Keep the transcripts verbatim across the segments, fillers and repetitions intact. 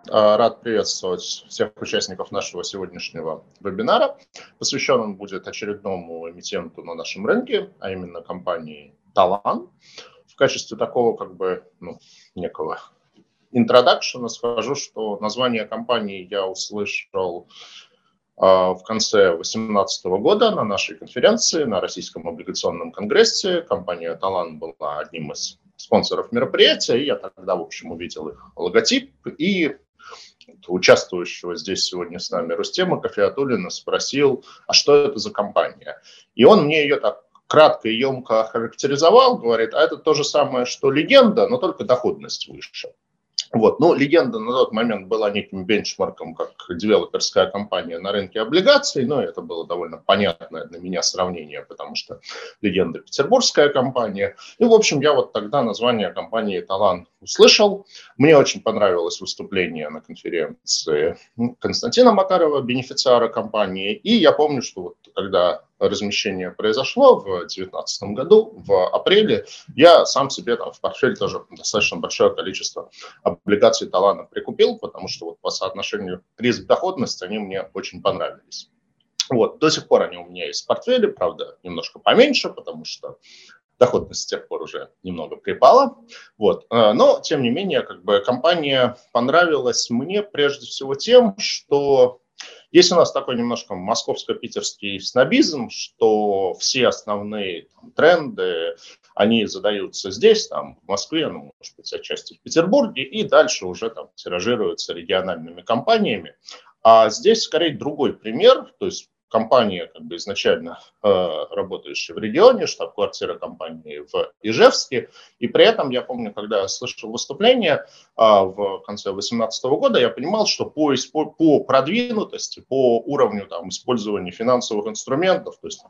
Рад приветствовать всех участников нашего сегодняшнего вебинара. Посвящен он будет очередному эмитенту на нашем рынке, а именно компании Талан. В качестве такого как бы ну, некого интродакшена скажу, что название компании я услышал в конце две тысячи восемнадцатого года на нашей конференции, на Российском облигационном конгрессе. Компания Талан была одним из спонсоров мероприятия, и я тогда, в общем, увидел их логотип и участвующего здесь сегодня с нами Рустема Кофиатуллина спросил, а что это за компания? И он мне ее так кратко и емко охарактеризовал, говорит, а это то же самое, что легенда, но только доходность выше. Вот. Ну, легенда на тот момент была неким бенчмарком, как девелоперская компания на рынке облигаций, но это было довольно понятное для меня сравнение, потому что легенда петербургская компания. И, в общем, я вот тогда название компании Талан услышал. Мне очень понравилось выступление на конференции Константина Макарова, бенефициара компании. И я помню, что вот когда размещение произошло в две тысячи девятнадцатом году, в апреле, я сам себе там в портфель тоже достаточно большое количество облигаций Талана прикупил, потому что вот по соотношению риск-доходность они мне очень понравились. Вот, до сих пор они у меня есть в портфеле, правда, немножко поменьше, потому что доходность с тех пор уже немного припала. Вот. Но, тем не менее, как бы компания понравилась мне прежде всего тем, что есть у нас такой немножко московско-питерский снобизм, что все основные там, тренды, они задаются здесь, там, в Москве, ну, может быть, отчасти в Петербурге, и дальше уже там тиражируются региональными компаниями. А здесь скорее другой пример, то есть компания, как бы изначально э, работающая в регионе, штаб-квартира компании в Ижевске. И при этом я помню, когда я слышал выступление э, в конце две тысячи восемнадцатого года, я понимал, что по, по продвинутости, по уровню там, использования финансовых инструментов, то есть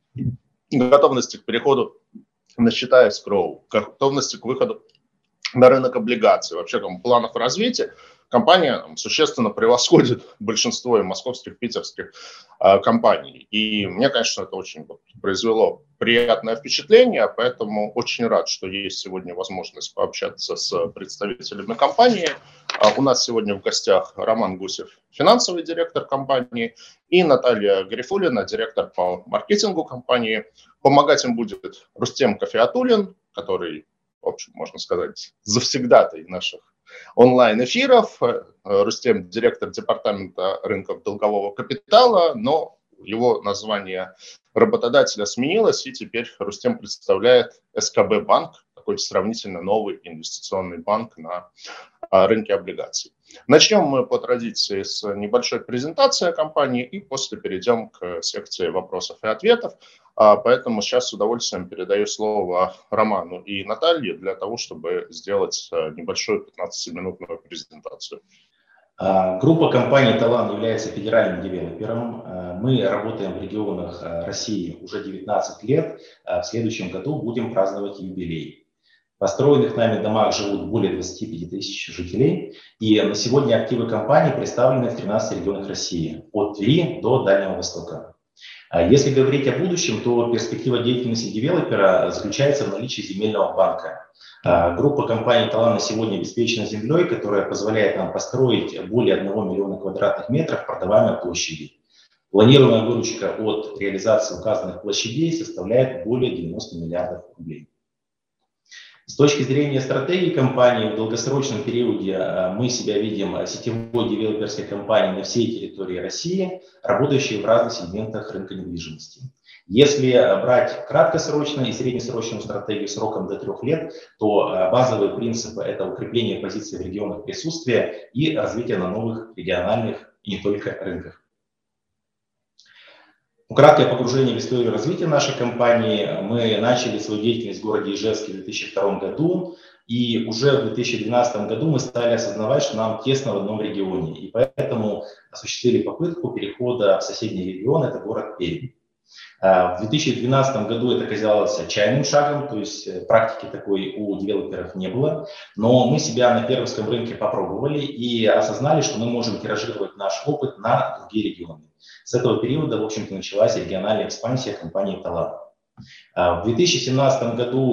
готовности к переходу на счета эскроу, готовности к выходу на рынок облигаций, вообще там, планов развития, компания там, существенно превосходит большинство и московских, питерских э, компаний. И мне, конечно, это очень вот, произвело приятное впечатление, поэтому очень рад, что есть сегодня возможность пообщаться с представителями компании. А у нас сегодня в гостях Роман Гусев, финансовый директор компании, и Наталья Гарифуллина, директор по маркетингу компании. Помогать им будет Рустем Кофиатуллин, который, в общем, можно сказать, завсегдатай наших онлайн-эфиров. Рустем – директор департамента рынков долгового капитала, но его название работодателя сменилось, и теперь Рустем представляет эс ка бэ банк, такой сравнительно новый инвестиционный банк на рынке облигаций. Начнем мы по традиции с небольшой презентации компании и после перейдем к секции вопросов и ответов. Поэтому сейчас с удовольствием передаю слово Роману и Наталье для того, чтобы сделать небольшую пятнадцатиминутную презентацию. Группа компаний «Талан» является федеральным девелопером. Мы работаем в регионах России уже девятнадцать лет. В следующем году будем праздновать юбилей. В построенных нами домах живут более двадцати пяти тысяч жителей. И на сегодня активы компании представлены в тринадцати регионах России, от Твери до Дальнего Востока. Если говорить о будущем, то перспектива деятельности девелопера заключается в наличии земельного банка. Группа компаний «Талан» на сегодня обеспечена землей, которая позволяет нам построить более одного миллиона квадратных метров продаваемой площади. Планируемая выручка от реализации указанных площадей составляет более девяноста миллиардов рублей. С точки зрения стратегии компании, в долгосрочном периоде мы себя видим сетевой девелоперской компанией на всей территории России, работающей в разных сегментах рынка недвижимости. Если брать краткосрочную и среднесрочную стратегию сроком до трех лет, то базовые принципы – это укрепление позиций в регионах присутствия и развитие на новых региональных и не только рынках. Краткое погружение в историю развития нашей компании. Мы начали свою деятельность в городе Ижевске в две тысячи втором году, и уже в две тысячи двенадцатом году мы стали осознавать, что нам тесно в одном регионе, и поэтому осуществили попытку перехода в соседний регион, это город Пермь. В две тысячи двенадцатом году это казалось отчаянным шагом, то есть практики такой у девелоперов не было, но мы себя на пермском рынке попробовали и осознали, что мы можем тиражировать наш опыт на другие регионы. С этого периода, в общем-то, началась региональная экспансия компании «Талан». В две тысячи семнадцатом году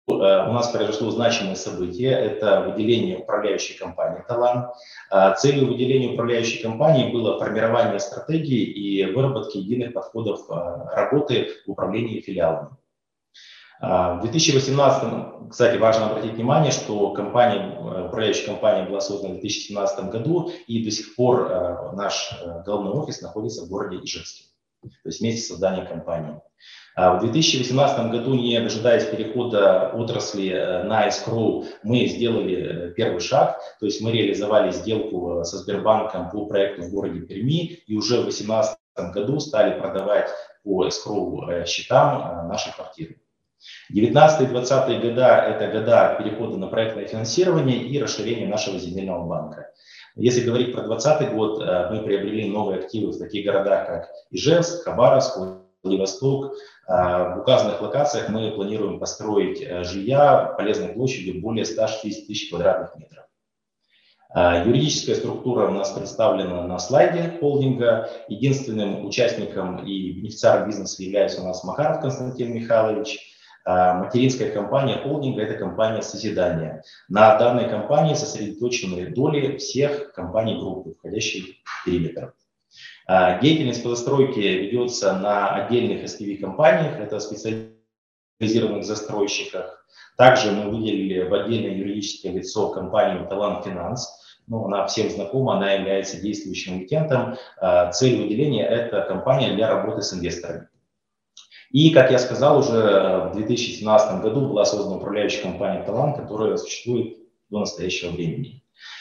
у нас произошло значимое событие – это выделение управляющей компании «Талан». Целью выделения управляющей компании было формирование стратегии и выработки единых подходов работы в управлении филиалами. В две тысячи восемнадцатом, кстати, важно обратить внимание, что компания, управляющая компания была создана в две тысячи семнадцатом году, и до сих пор наш головной офис находится в городе Ижевске, то есть вместе с созданием компании. В две тысячи восемнадцатом году, не дожидаясь перехода отрасли на эскроу, мы сделали первый шаг, то есть мы реализовали сделку со Сбербанком по проекту в городе Перми, и уже в две тысячи восемнадцатом году стали продавать по эскроу счетам наши квартиры. девятнадцатый-двадцатый года – это года перехода на проектное финансирование и расширения нашего земельного банка. Если говорить про двадцатый год, мы приобрели новые активы в таких городах, как Ижевск, Хабаровск, Владивосток. В указанных локациях мы планируем построить жилья полезной площадью более ста шестидесяти тысяч квадратных метров. Юридическая структура у нас представлена на слайде холдинга. Единственным участником и бенефициаром бизнеса является у нас Макаров Константин Михайлович. Материнская компания холдинга – это компания «Созидание». На данной компании сосредоточены доли всех компаний группы, входящих в периметр. Деятельность по застройке ведется на отдельных эс пи ви-компаниях, это специализированных застройщиках. Также мы выделили в отдельное юридическое лицо компанию «Талан Финанс». Ну, она всем знакома, она является действующим эмитентом. Цель выделения – это компания для работы с инвесторами. И, как я сказал, уже в две тысячи семнадцатом году была создана управляющая компания «Талан», которая существует до настоящего времени.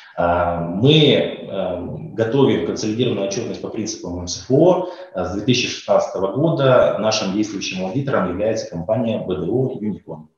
Мы готовим консолидированную отчетность по принципам эм эс эф о. С две тысячи шестнадцатого года нашим действующим аудитором является компания бэ дэ о «Юникон».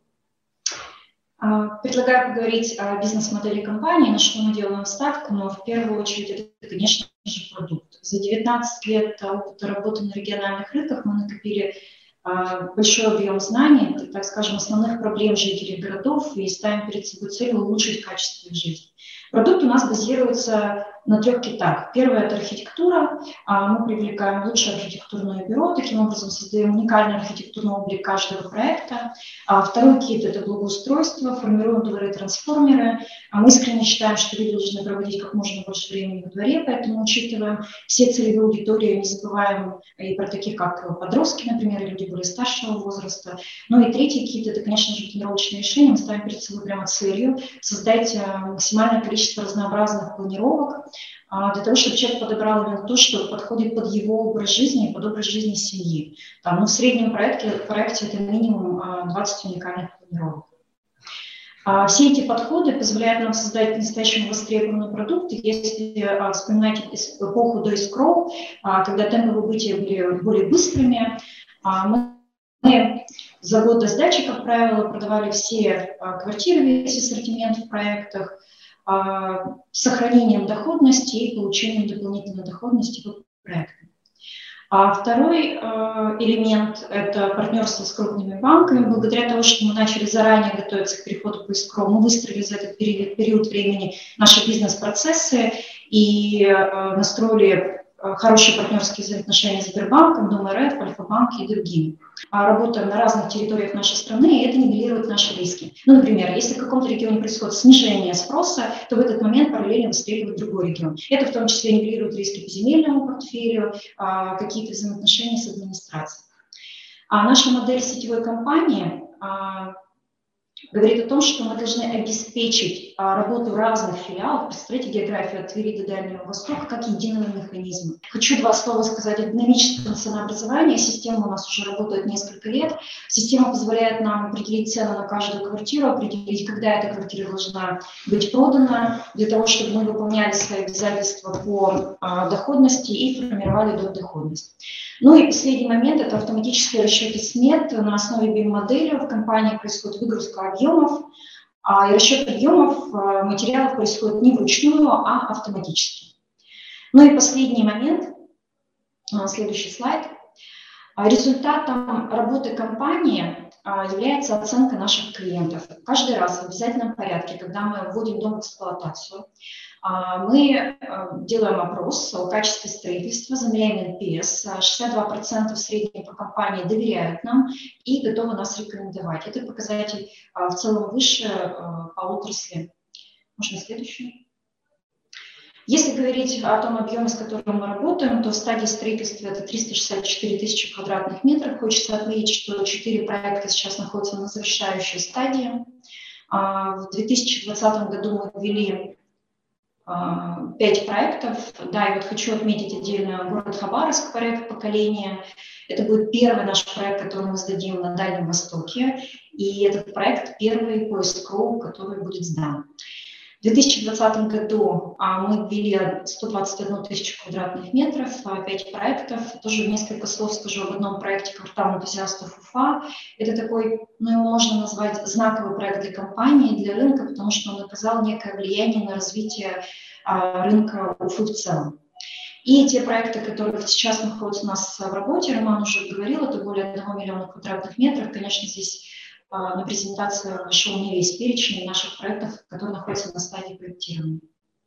Предлагаю поговорить о бизнес-модели компании, на что мы делаем ставку, но в первую очередь это, конечно же, продукт. За девятнадцать лет опыта работы на региональных рынках мы накопили большой объем знаний, так скажем, основных проблем жителей городов и ставим перед собой цель улучшить качество их жизни. Продукт у нас базируется на трех китах. Первое – это архитектура. Мы привлекаем лучшее архитектурное бюро, таким образом создаем уникальный архитектурный облик каждого проекта. Второй кит – это благоустройство, формируем дворы-трансформеры. Мы искренне считаем, что люди должны проводить как можно больше времени во дворе, поэтому учитываем все целевые аудитории, не забываем и про таких, как подростки, например, и люди более старшего возраста. Ну и третий кит – это, конечно же, планировочные решения. Мы ставим перед собой прямо целью создать максимальное количество разнообразных планировок, для того, чтобы человек подобрал именно то, что подходит под его образ жизни и под образ жизни семьи. Там, ну, в среднем проекте, проекте это минимум двадцать уникальных планировок. Все эти подходы позволяют нам создать по-настоящему востребованный продукт. Если вспоминать эпоху до эскроу, когда темпы выбытия были более быстрыми, мы за год до сдачи, как правило, продавали все квартиры, весь ассортимент в проектах, с сохранением доходности и получением дополнительной доходности по проектам. А второй э, элемент – это партнерство с крупными банками. Благодаря тому, что мы начали заранее готовиться к переходу по эскроу, мы выстроили за этот период, период времени наши бизнес-процессы и э, настроили хорошие партнерские взаимоотношения с Сбербанком, Дом.РФ, Альфа-банк и другими. Работаем на разных территориях нашей страны, и это нивелирует наши риски. Ну, например, если в каком-то регионе происходит снижение спроса, то в этот момент параллельно выстреливает другой регион. Это в том числе нивелирует риски по земельному портфелю, какие-то взаимоотношения с администрацией. А наша модель сетевой компании говорит о том, что мы должны обеспечить а, работу разных филиалов, представляете географию от Твери до Дальнего Востока, как единого механизма. Хочу два слова сказать о динамическом ценообразовании. Система у нас уже работает несколько лет. Система позволяет нам определить цену на каждую квартиру, определить, когда эта квартира должна быть продана, для того, чтобы мы выполняли свои обязательства по а, доходности и формировали доходность. Ну и последний момент – это автоматические расчеты смет. На основе би и эм-модели в компании происходит выгрузка объемов, а и расчет объемов материалов происходит не вручную, а автоматически. Ну и последний момент, следующий слайд. Результатом работы компании является оценка наших клиентов. Каждый раз в обязательном порядке, когда мы вводим дом в эксплуатацию, мы делаем опрос о качестве строительства, замеряем эн пи эс. шестьдесят два процента в среднем по компании доверяют нам и готовы нас рекомендовать. Это показатель в целом выше по отрасли. Можно следующий? Если говорить о том объеме, с которым мы работаем, то в стадии строительства это триста шестьдесят четыре тысячи квадратных метров. Хочется отметить, что четыре проекта сейчас находятся на завершающей стадии. В две тысячи двадцатом году мы ввели пять проектов. Да, и вот хочу отметить отдельно город Хабаровск, проект поколения. Это будет первый наш проект, который мы сдадим на Дальнем Востоке. И этот проект первый по эскроу, который будет сдан. В две тысячи двадцатом году а, мы ввели сто двадцать одну тысячу квадратных метров, пять проектов. Тоже несколько слов скажу об одном проекте «Квартал энтузиастов Уфа». Это такой, ну, его можно назвать знаковый проект для компании, для рынка, потому что он оказал некое влияние на развитие а, рынка Уфы в целом. И те проекты, которые сейчас находятся у нас в работе, Роман уже говорил, это более одного миллиона квадратных метров. Конечно, здесь на презентации вошел не весь перечень наших проектов, которые находятся на стадии проектирования.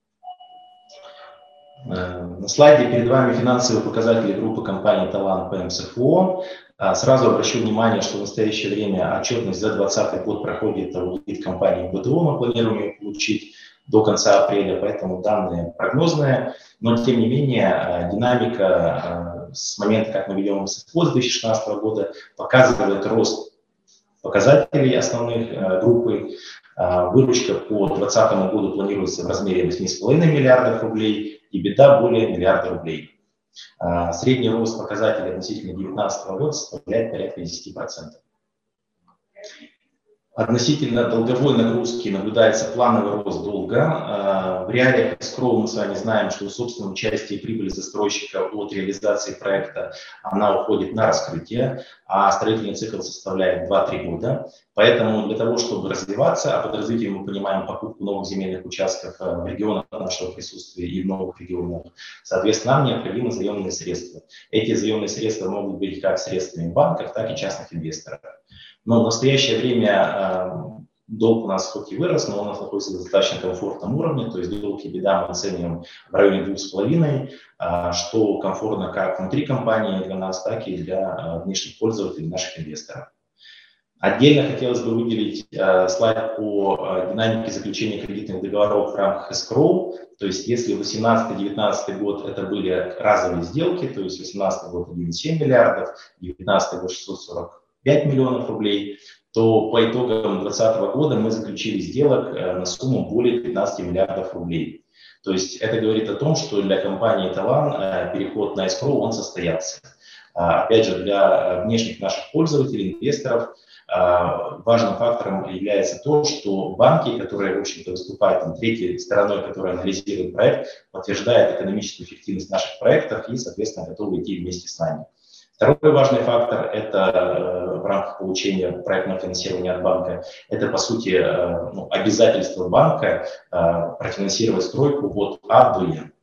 На слайде перед вами финансовые показатели группы компании «Талант» по эм эс эф о. Сразу обращу внимание, что в настоящее время отчетность за две тысячи двадцатый год проходит аудит компании бэ тэ о. Мы планируем ее получить до конца апреля, поэтому данные прогнозные. Но, тем не менее, динамика с момента, как мы ведем эм эс эф о с две тысячи шестнадцатого года, показывает рост показателей основных э, группы. Э, выручка по две тысячи двадцатому году планируется в размере восемь целых пять десятых миллиардов рублей, и EBITDA более миллиарда рублей. Э, средний рост показателей относительно две тысячи девятнадцатого года составляет порядка десять процентов. Относительно долговой нагрузки наблюдается плановый рост долга. В реалиях эскроу мы с вами знаем, что собственное участие и прибыль застройщика от реализации проекта она уходит на раскрытие, а строительный цикл составляет два-три года. Поэтому для того, чтобы развиваться, а под развитием мы понимаем покупку новых земельных участков в регионах нашего присутствия и в новых регионах, соответственно, нам необходимы заемные средства. Эти заемные средства могут быть как средствами банков, так и частных инвесторов. Но в настоящее время э, долг у нас хоть и вырос, но у нас находится на достаточно комфортном уровне, то есть долг и беда мы оцениваем в районе двух с половиной, э, что комфортно как внутри компании для нас, так и для э, внешних пользователей, наших инвесторов. Отдельно хотелось бы выделить э, слайд по э, динамике заключения кредитных договоров в рамках эскроу. То есть если восемнадцатый-девятнадцатый год это были разовые сделки, то есть восемнадцатый год один целых семь десятых миллиардов, девятнадцатый год шестьсот сорок пять миллионов рублей, то по итогам две тысячи двадцатого года мы заключили сделок на сумму более пятнадцати миллиардов рублей. То есть это говорит о том, что для компании «Талант» переход на эскроу он состоялся. Опять же, для внешних наших пользователей, инвесторов важным фактором является то, что банки, которые, в общем-то, выступают там, третьей стороной, которая анализирует проект, подтверждают экономическую эффективность наших проектов и, соответственно, готовы идти вместе с нами. Второй важный фактор – это э, в рамках получения проектного финансирования от банка, это, по сути, э, ну, обязательство банка э, профинансировать стройку от А до Я.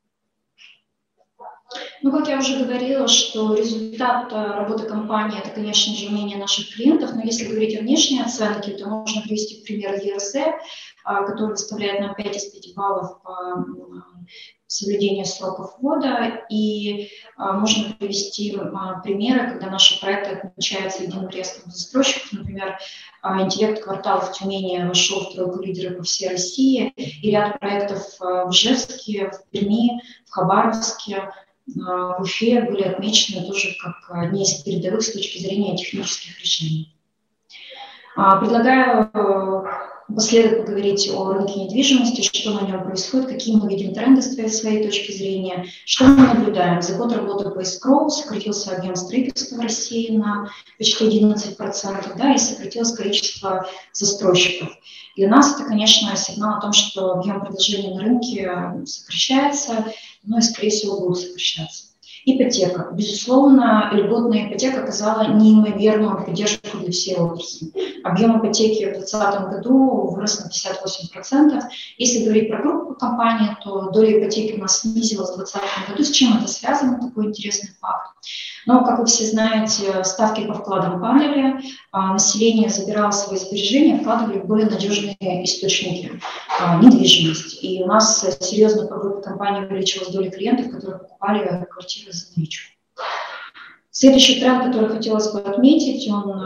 Ну, как я уже говорила, что результат работы компании – это, конечно же, мнение наших клиентов, но если говорить о внешней оценке, то можно привести пример и эс и, который выставляет нам пять из пяти баллов по соблюдению сроков ввода, и а, можно привести а, примеры, когда наши проекты отмечаются единым реестром застройщиков. Например, а, интеллект квартал в Тюмени вошел в тройку лидеров по всей России, и ряд проектов а, в Ижевске, в Перми, в Хабаровске, а, в Уфе были отмечены тоже как одни из передовых с точки зрения технических решений. А, предлагаю Последовательно поговорить о рынке недвижимости, что на нем происходит, какие мы видим тренды с своей точки зрения, что мы наблюдаем. За год работы по эскроу сократился объем строительства в России на почти одиннадцать процентов, да, и сократилось количество застройщиков. Для нас это, конечно, сигнал о том, что объем предложений на рынке сокращается, но и, скорее всего, будет сокращаться. Ипотека. Безусловно, льготная ипотека оказала неимоверную поддержку для всей отрасли. Объем ипотеки в две тысячи двадцатом году вырос на пятьдесят восемь процентов. Если говорить про группу компаний, то доля ипотеки у нас снизилась в две тысячи двадцатом году. С чем это связано? Такой интересный факт. Но, как вы все знаете, ставки по вкладам падали, население забирало свои сбережения, вкладывали в более надежные источники недвижимости. И у нас серьезно по группе компаний увеличилась доля клиентов, которые покупали квартиры за наличку. Следующий тренд, который хотелось бы отметить, он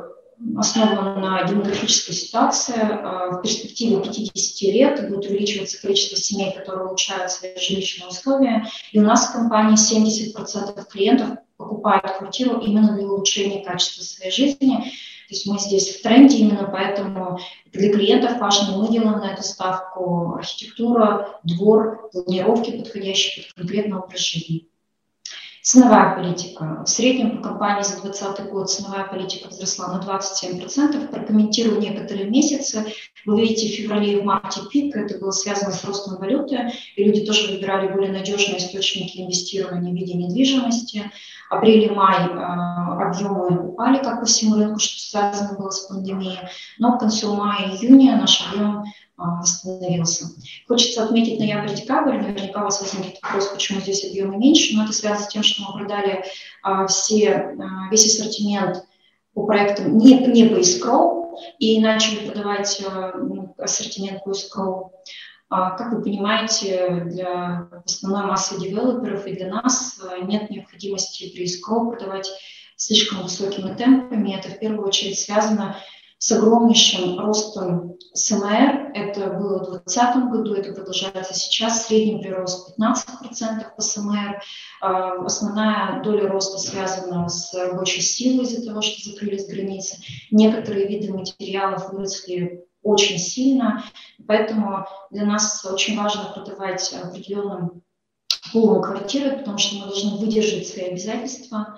основан на демографической ситуации. В перспективе пятидесяти лет будет увеличиваться количество семей, которые улучшают свои жилищные условия. И у нас в компании семьдесят процентов клиентов покупают квартиру именно для улучшения качества своей жизни. То есть мы здесь в тренде именно, поэтому для клиентов важно, мы делаем на эту ставку архитектура, двор, планировки, подходящие под конкретный образ жизни. Ценовая политика. В среднем по компании за две тысячи двадцатый год ценовая политика возросла на двадцать семь процентов. Прокомментирую некоторые месяцы. Вы видите, в феврале и в марте пик. Это было связано с ростом валюты. И люди тоже выбирали более надежные источники инвестирования в виде недвижимости. Апрель и май э, объемы упали, как по всему рынку, что связано было с пандемией. Но к концу мая и июня наш объем восстановился. Хочется отметить ноябрь-декабрь. Наверняка у вас возникнет вопрос, почему здесь объемы меньше, но это связано с тем, что мы продали а, все, а, весь ассортимент по проектам не, не по escrow и начали продавать а, ассортимент по escrow. А, как вы понимаете, для основной массы девелоперов и для нас а, нет необходимости при escrow продавать слишком высокими темпами. Это в первую очередь связано с огромнейшим ростом эс эм эр. Это было в две тысячи двадцатом году, это продолжается сейчас. Средний прирост пятнадцать процентов по эс эм эр. Основная доля роста связана с рабочей силой из-за того, что закрылись границы. Некоторые виды материалов выросли очень сильно, поэтому для нас очень важно продавать определенным пулом квартиры, потому что мы должны выдержать свои обязательства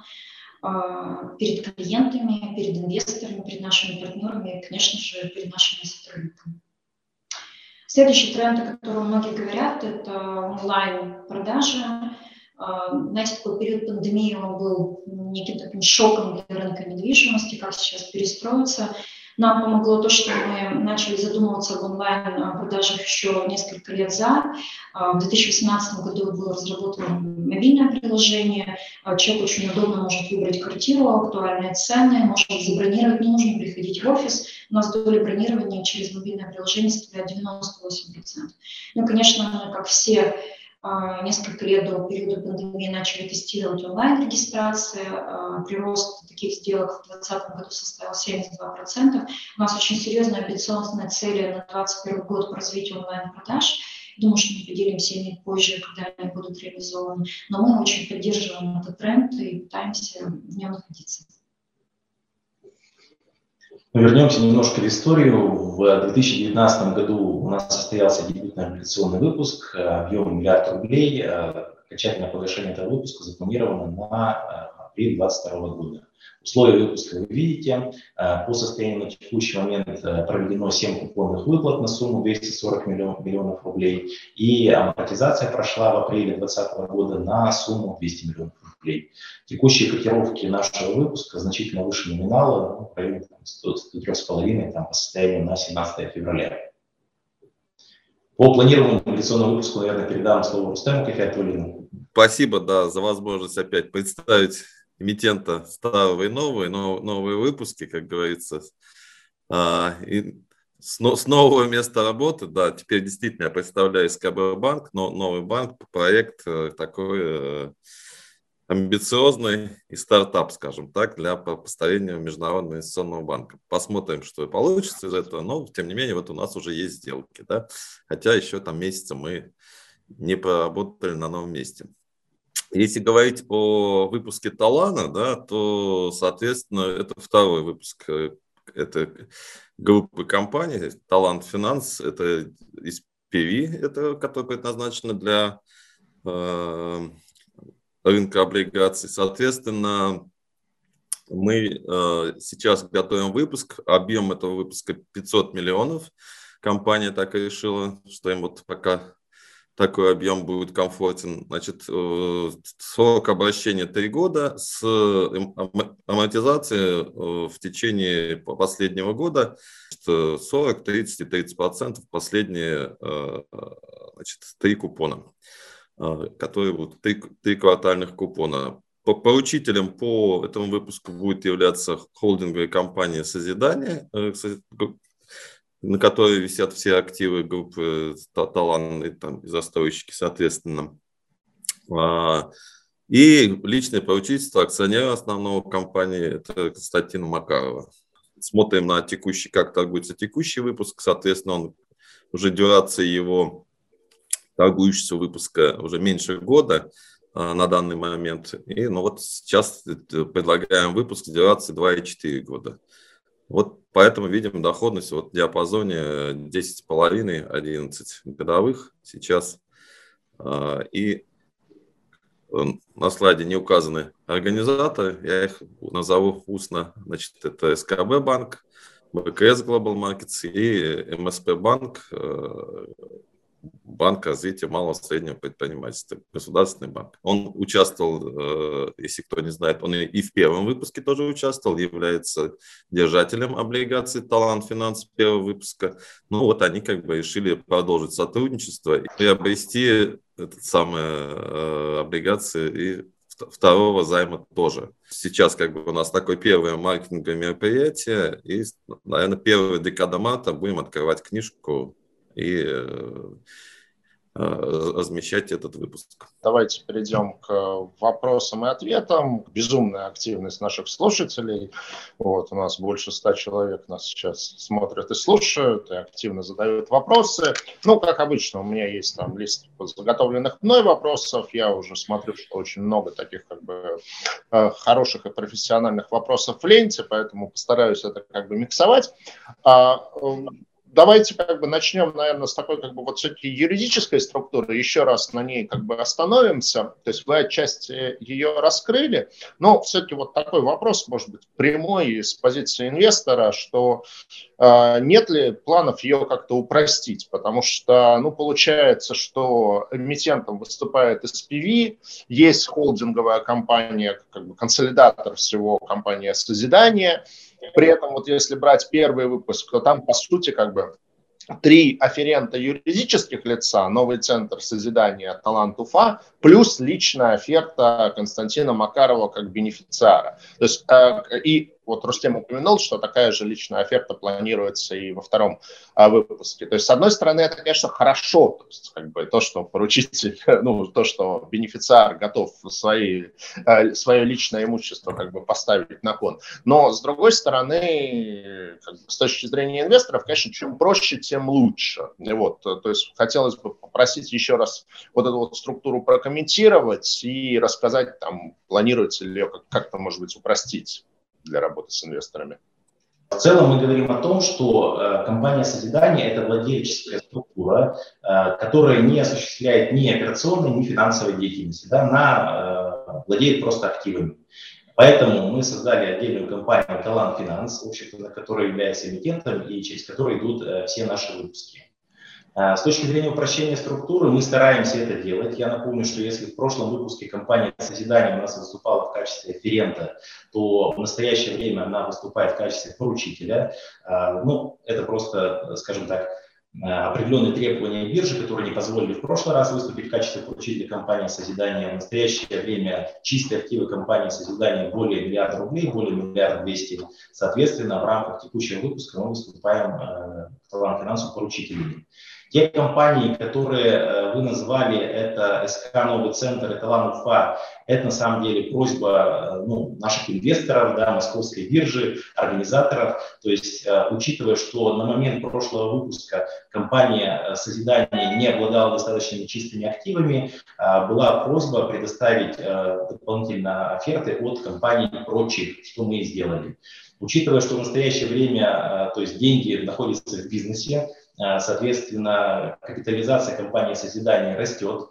перед клиентами, перед инвесторами, перед нашими партнерами и, конечно же, перед нашими сотрудниками. Следующий тренд, о котором многие говорят, это онлайн-продажи. Знаете, такой период пандемии он был неким таким шоком для рынка недвижимости, как сейчас перестроиться. Нам помогло то, что мы начали задумываться об онлайн-продажах еще несколько лет за. В две тысячи восемнадцатом году было разработано мобильное приложение. Человек очень удобно может выбрать квартиру, актуальные цены, может забронировать, не нужно приходить в офис. У нас доля бронирования через мобильное приложение составляет девяносто восемь процентов. Ну, конечно, мы, как все, несколько лет до периода пандемии начали тестировать онлайн-регистрации. Прирост таких сделок в две тысячи двадцатом году составил семьдесят два процента. У нас очень серьезные амбициозные цели на две тысячи двадцать первый год по развитию онлайн-продаж. Думаю, что мы поделимся ими позже, когда они будут реализованы. Но мы очень поддерживаем этот тренд и пытаемся в нем находиться. Вернемся немножко в историю. В две тысячи девятнадцатом году у нас состоялся дебютный облигационный выпуск объемом миллиард рублей. Окончательное погашение этого выпуска запланировано на апрель две тысячи двадцать второго года. Условия выпуска вы видите. По состоянию на текущий момент проведено семь купонных выплат на сумму двести сорок миллионов рублей. И амортизация прошла в апреле две тысячи двадцатого года на сумму двести миллионов рублей. Текущие котировки нашего выпуска значительно выше номинала, ну, в районе сто три с половиной там, по состоянию на семнадцатое февраля. По планированному облигационному выпуску, наверное, передам слово Рустему Кафиатуллину. Спасибо, да, за возможность опять представить эмитента старого и нового, но новые выпуски, как говорится. А, и с, с нового места работы, да, теперь действительно я представляю СКБ-банк, но новый банк, проект такой амбициозный и стартап, скажем так, для построения Международного инвестиционного банка. Посмотрим, что получится из этого, но, тем не менее, вот у нас уже есть сделки, да, хотя еще там месяца мы не поработали на новом месте. Если говорить о выпуске Талана, да, то, соответственно, это второй выпуск этой группы компаний. Талант Финанс – это из пи ви, это, которое предназначено для э, рынка облигаций. Соответственно, мы э, сейчас готовим выпуск. Объем этого выпуска пятьсот миллионов. Компания так и решила, что им вот пока такой объем будет комфортен. Значит, срок обращения три года с амортизацией в течение последнего года сорок, тридцать и тридцать процентов последние, значит, три купона, которые будут три, три квартальных купона. Поручителем по этому выпуску будет являться холдинговая компания «Созидание», на которой висят все активы группы «Талан» и, там, и застройщики, соответственно. И личное поручительство акционера основного компании – это Константина Макарова. Смотрим на текущий, как торгуется текущий выпуск, соответственно, он уже дюрация его торгующегося выпуска уже меньше года на данный момент. И ну, вот сейчас предлагаем выпуск дюрации два и четыре года. Вот поэтому видим доходность вот в диапазоне десять и пять - одиннадцать годовых сейчас. И на слайде не указаны организаторы, я их назову устно. Значит, это эс ка бэ банк, бэ ка эс Global Markets и эм эс пэ банк, Банк развития малого и среднего предпринимательства, государственный банк. Он участвовал, если кто не знает, он и в первом выпуске тоже участвовал, является держателем облигаций «Талан Финанс» первого выпуска. Ну вот они как бы решили продолжить сотрудничество и приобрести этот самые облигации и второго займа тоже. Сейчас как бы у нас такое первое маркетинговое мероприятие, и, наверное, первая декада марта будем открывать книжку и э, э, размещать этот выпуск. Давайте перейдем к вопросам и ответам. Безумная активность наших слушателей. Вот, у нас больше ста человек нас сейчас смотрят и слушают, и активно задают вопросы. Ну, как обычно, у меня есть там лист заготовленных мной вопросов. Я уже смотрю, что очень много таких как бы хороших и профессиональных вопросов в ленте, поэтому постараюсь это как бы миксовать. Давайте как бы начнем, наверное, с такой как бы вот все-таки юридической структуры, еще раз на ней как бы остановимся. То есть вы отчасти ее раскрыли, но все-таки вот такой вопрос, может быть, прямой с позиции инвестора, что э, нет ли планов ее как-то упростить, потому что, ну, получается, что эмитентом выступает эс пи ви, есть холдинговая компания, как бы консолидатор всего, компания «Созидание». При этом, вот если брать первый выпуск, то там, по сути, как бы три афферента юридических лица, новый центр созидания «Талант Уфа», плюс личная оферта Константина Макарова как бенефициара. То есть, э, и вот Рустем упомянул, что такая же личная оферта планируется и во втором э, выпуске. То есть, с одной стороны, это, конечно, хорошо, то есть, как бы то, что поручитель, ну, то, что бенефициар готов свои, э, свое личное имущество как бы поставить на кон. Но, с другой стороны, как бы, с точки зрения инвесторов, конечно, чем проще, тем лучше. И вот, то есть, хотелось бы попросить еще раз вот эту вот структуру прокомментировать и рассказать, там, планируется ли ее как-то, может быть, упростить для работы с инвесторами. В целом мы говорим о том, что э, компания «Созидание» – это владельческая структура, э, которая не осуществляет ни операционной, ни финансовой деятельности. Да, она э, владеет просто активами. Поэтому мы создали отдельную компанию «Талан Финанс», общество, которое является эмитентом и через которое идут э, все наши выпуски. С точки зрения упрощения структуры мы стараемся это делать. Я напомню, что если в прошлом выпуске компания «Созидание» у нас выступала в качестве афферента, то в настоящее время она выступает в качестве поручителя. Ну, это просто, скажем так, определенные требования биржи, которые не позволили в прошлый раз выступить в качестве поручителя компании «Созидание». В настоящее время чистые активы компании «Созидание» более миллиарда рублей, более миллиарда двести. Соответственно, в рамках текущего выпуска мы выступаем в «Талан Финансу» поручителями. Те компании, которые вы назвали, это эс ка «Новый центр» и «Талан Уфа», это на самом деле просьба, ну, наших инвесторов, да, московской биржи, организаторов. То есть, учитывая, что на момент прошлого выпуска компания «Созидание» не обладала достаточно чистыми активами, была просьба предоставить дополнительно оферты от компаний прочих, что мы и сделали. Учитывая, что в настоящее время, то есть, деньги находятся в бизнесе, соответственно, капитализация компании «Созидание» растет.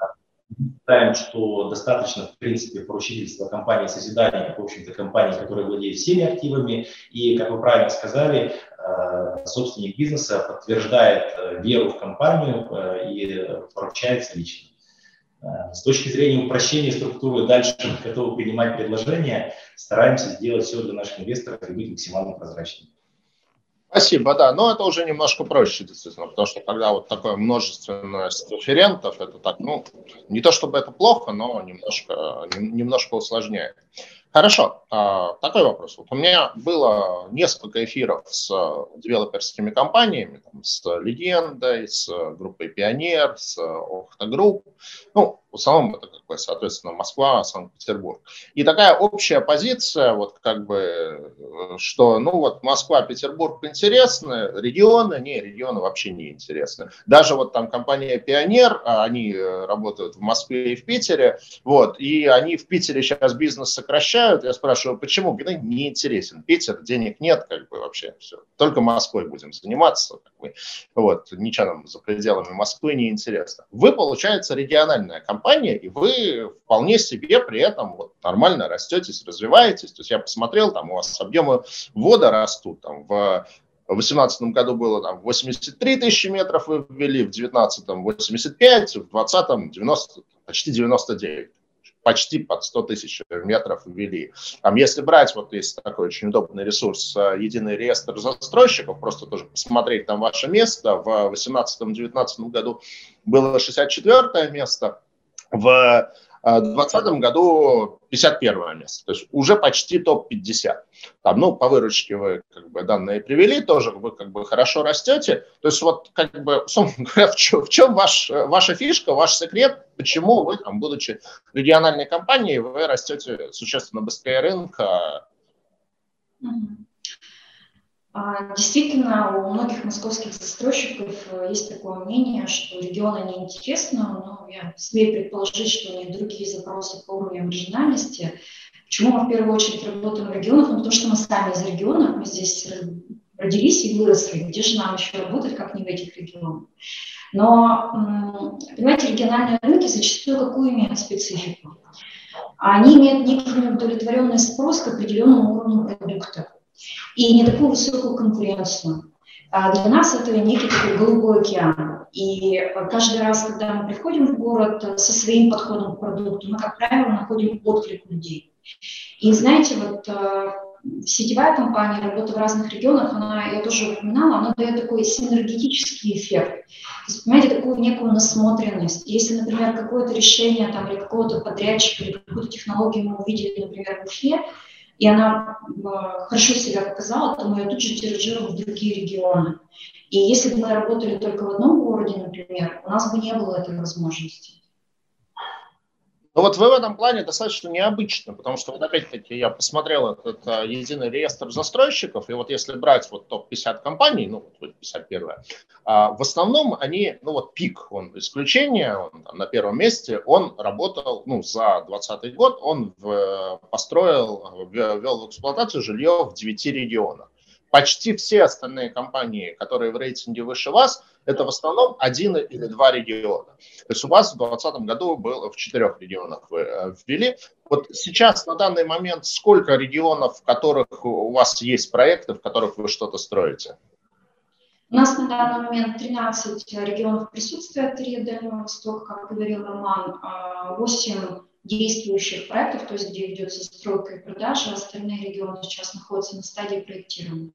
Мы считаем, что достаточно, в принципе, поручительства компании «Созидание», как, в общем-то, компании, которая владеет всеми активами. И, как вы правильно сказали, собственник бизнеса подтверждает веру в компанию и поручается лично. С точки зрения упрощения структуры, дальше мы готовы принимать предложения, стараемся сделать все для наших инвесторов и быть максимально прозрачными. Спасибо, да, но это уже немножко проще, действительно, потому что когда вот такое множественность референтов, это так, ну, не то чтобы это плохо, но немножко, немножко усложняет. Хорошо, такой вопрос. Вот у меня было несколько эфиров с девелоперскими компаниями, там, с Легендой, с группой Пионер, с Охта Групп. Ну, в основном это, как бы, соответственно, Москва, Санкт-Петербург. И такая общая позиция, вот как бы, что, ну вот Москва, Петербург интересны, регионы, не, регионы вообще не интересны. Даже вот там компания Пионер, они работают в Москве и в Питере, вот, и они в Питере сейчас бизнес сокращают. Я спрашиваю, почему? Говорят, не интересен. Питер, денег нет, как бы вообще все. Только Москвой будем заниматься. Как бы. Вот, ничего нам за пределами Москвы не интересно. Вы, получается, региональная компания, и вы вполне себе при этом вот, нормально растетесь, развиваетесь. То есть я посмотрел, там у вас объемы ввода растут. Там, в В две тысячи восемнадцатом году было там, восемьдесят три тысячи метров вы ввели, в две тысячи девятнадцатом восемьдесят пять, в две тысячи двадцатом девяносто, почти девяносто девять. Почти под сто тысяч метров ввели. Там, если брать, вот есть такой очень удобный ресурс, единый реестр застройщиков, просто тоже посмотреть там ваше место. В восемнадцатом-девятнадцатом году было шестьдесят четвёртое место, в двадцатом году пятьдесят первое место, то есть уже почти топ пятьдесят. Там, ну, по выручке вы как бы данные привели, тоже вы как бы хорошо растете. То есть вот как бы, собственно говоря, в чем, в чем ваш, ваша фишка, ваш секрет, почему вы, там, будучи региональной компанией, вы растете существенно быстрее рынка? Действительно, у многих московских застройщиков есть такое мнение, что регионы неинтересны, но я смею предположить, что у них другие запросы по уровню маржинальности. Почему мы в первую очередь работаем в регионах? Ну, потому что мы сами из регионов, мы здесь родились и выросли. Где же нам еще работать, как не в этих регионах? Но, понимаете, региональные рынки зачастую какую имеют специфику? Они имеют некий неудовлетворенный спрос к определенному уровню продукта и не такую высокую конкуренцию. А для нас это некий такой голубой океан. И каждый раз, когда мы приходим в город со своим подходом к продукту, мы, как правило, находим отклик людей. И знаете, вот сетевая компания, работа в разных регионах, она, я тоже упоминала, она дает такой синергетический эффект. То есть, понимаете, такую некую насмотренность. Если, например, какое-то решение там, или какого-то подрядчика, или какую-то технологию мы увидели, например, в Уфе, и она э, хорошо себя показала, то мы ее тут же тиражируем в другие регионы. И если бы мы работали только в одном городе, например, у нас бы не было этой возможности. Ну вот вы в этом плане достаточно необычно, потому что вот опять-таки я посмотрел этот а, единый реестр застройщиков, и вот если брать вот топ пятьдесят компаний, ну вот пятьдесят первая, а, в основном они, ну вот пик, он исключение, он там, на первом месте, он работал, ну за двадцатый год, он в, построил, ввел в эксплуатацию жилье в девяти регионах. Почти все остальные компании, которые в рейтинге выше вас, это в основном один или два региона. То есть у вас в двадцатом году было в четырех регионах вы ввели. Вот сейчас на данный момент сколько регионов, в которых у вас есть проекты, в которых вы что-то строите? У нас на данный момент тринадцать регионов присутствия три Дальнего Востока, как говорил Роман, восемь действующих проектов, то есть где ведется стройка и продажа, остальные регионы сейчас находятся на стадии проектирования.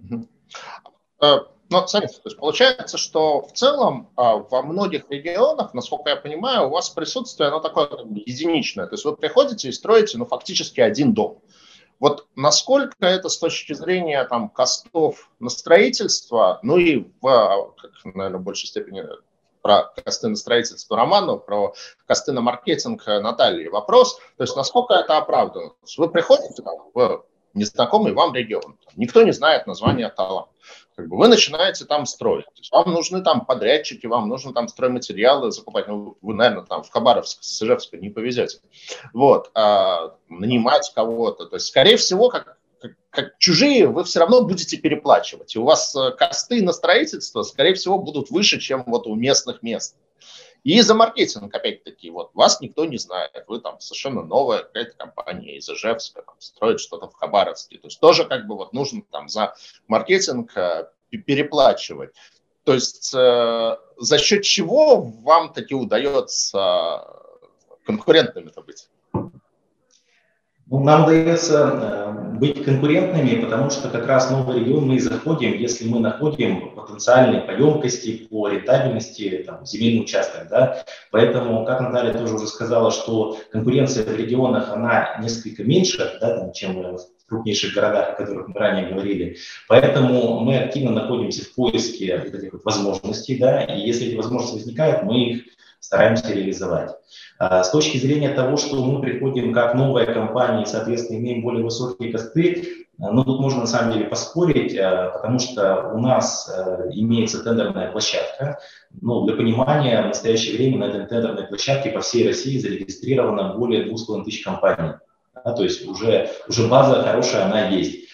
Ну, смотрите, то есть получается, что в целом во многих регионах, насколько я понимаю, у вас присутствие, оно такое как бы единичное. То есть вы приходите и строите, ну, фактически один дом. Вот насколько это с точки зрения там костов на строительство, ну и в, как, наверное, в большей степени про косты на строительство Роману, про косты на маркетинг Натальи вопрос, то есть насколько это оправдано. Вы приходите там, в незнакомый вам регион, никто не знает название Талан. Как бы вы начинаете там строить. То есть вам нужны там подрядчики, вам нужно там стройматериалы закупать. Ну, вы, наверное, там в Хабаровск, с Ижевска не повезете. Вот. А, нанимать кого-то. То есть, скорее всего, как, как, как чужие, вы все равно будете переплачивать. И у вас косты на строительство, скорее всего, будут выше, чем вот у местных мест. И за маркетинг, опять-таки, вот вас никто не знает, вы там совершенно новая какая-то компания из Ижевска, там, строит что-то в Хабаровске, то есть тоже как бы вот нужно там за маркетинг э, переплачивать. То есть э, за счет чего вам таки удается конкурентными-то быть? Ну, нам удается быть конкурентными, потому что как раз в новый регион мы и заходим, если мы находим потенциальные по емкости, по рентабельности, там, земельный участок. Да? Поэтому, как Наталья тоже уже сказала, что конкуренция в регионах, она несколько меньше, да, там, чем в крупнейших городах, о которых мы ранее говорили. Поэтому мы активно находимся в поиске вот этих вот возможностей, да, и если эти возможности возникают, мы их стараемся реализовать. С точки зрения того, что мы приходим как новая компания и, соответственно, имеем более высокие косты, ну, тут можно на самом деле поспорить, потому что у нас имеется тендерная площадка. Ну, для понимания, в настоящее время на этой тендерной площадке по всей России зарегистрировано более двух с половиной тысяч компаний. Да, то есть уже, уже база хорошая, она есть.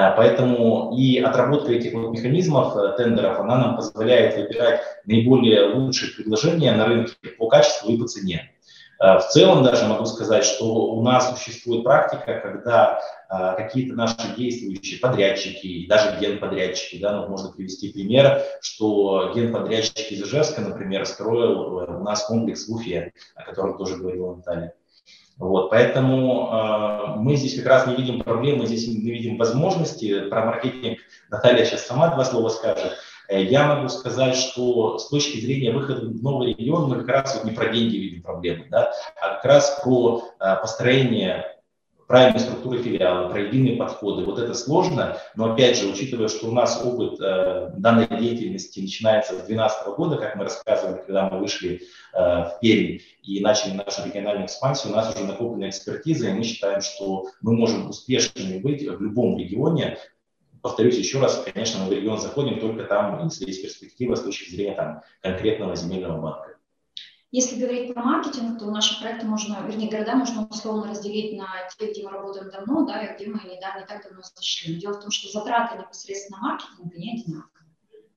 Поэтому и отработка этих вот механизмов тендеров, она нам позволяет выбирать наиболее лучшие предложения на рынке по качеству и по цене. В целом даже могу сказать, что у нас существует практика, когда а, какие-то наши действующие подрядчики, даже генподрядчики, да, ну, можно привести пример, что генподрядчик из Ижевска, например, строил у нас комплекс в Уфе, о котором тоже говорила Наталья. Вот, поэтому э, мы здесь как раз не видим проблемы, здесь мы видим возможности. Про маркетинг Наталья сейчас сама два слова скажет. Я могу сказать, что с точки зрения выхода в новый регион мы как раз вот не про деньги видим проблемы, да, а как раз про э, построение правильной структуры филиала, про единые подходы. Вот это сложно, но опять же, учитывая, что у нас опыт э, данной деятельности начинается с две тысячи двенадцатого года, как мы рассказывали, когда мы вышли э, в Пермь и начали нашу региональную экспансию, у нас уже накоплена экспертиза, и мы считаем, что мы можем успешными быть в любом регионе. Повторюсь еще раз, конечно, мы в регион заходим только там, если есть перспектива с точки зрения там, конкретного земельного банка. Если говорить про маркетинг, то наши проекты можно, вернее, города можно условно разделить на те, где мы работаем давно, да, и где мы не, да, не так давно зашли. Дело в том, что затраты непосредственно на маркетинг не одинаковые.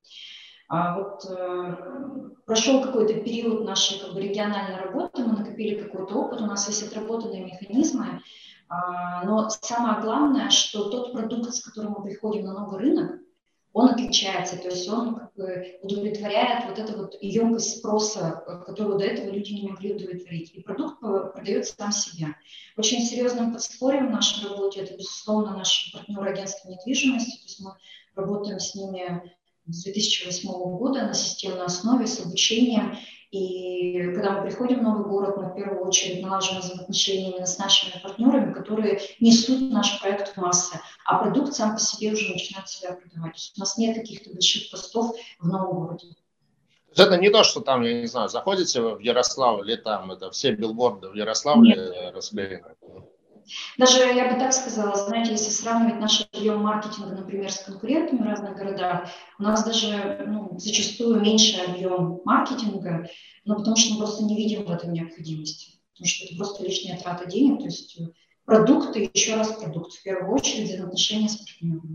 А вот э, прошел какой-то период нашей как бы, региональной работы, мы накопили какой-то опыт, у нас есть отработанные механизмы, а, но самое главное, что тот продукт, с которым мы приходим на новый рынок, он отличается, то есть он как бы удовлетворяет вот эту вот емкость спроса, которую до этого люди не могли удовлетворить. И продукт продает сам себя. Очень серьезным подспорьем в нашей работе это, безусловно, наши партнеры агентства недвижимости. То есть мы работаем с ними с две тысячи восьмого года на системной основе, с обучением. И когда мы приходим в новый город, мы в первую очередь налаживаем взаимоотношения именно с нашими партнерами, которые несут наш проект в массы, а продукт сам по себе уже начинает себя продавать. То есть у нас нет каких-то больших постов в новом городе. Это не то, что там, я не знаю, заходите в Ярославль, или там это все билборды в Ярославле расклеены. Даже я бы так сказала, знаете, если сравнивать наш объем маркетинга, например, с конкурентами в разных городах, у нас даже ну, зачастую меньше объем маркетинга, но потому что мы просто не видим в этом необходимости, потому что это просто лишняя трата денег, то есть продукты, еще раз продукт, в первую очередь взаимоотношения с партнерами.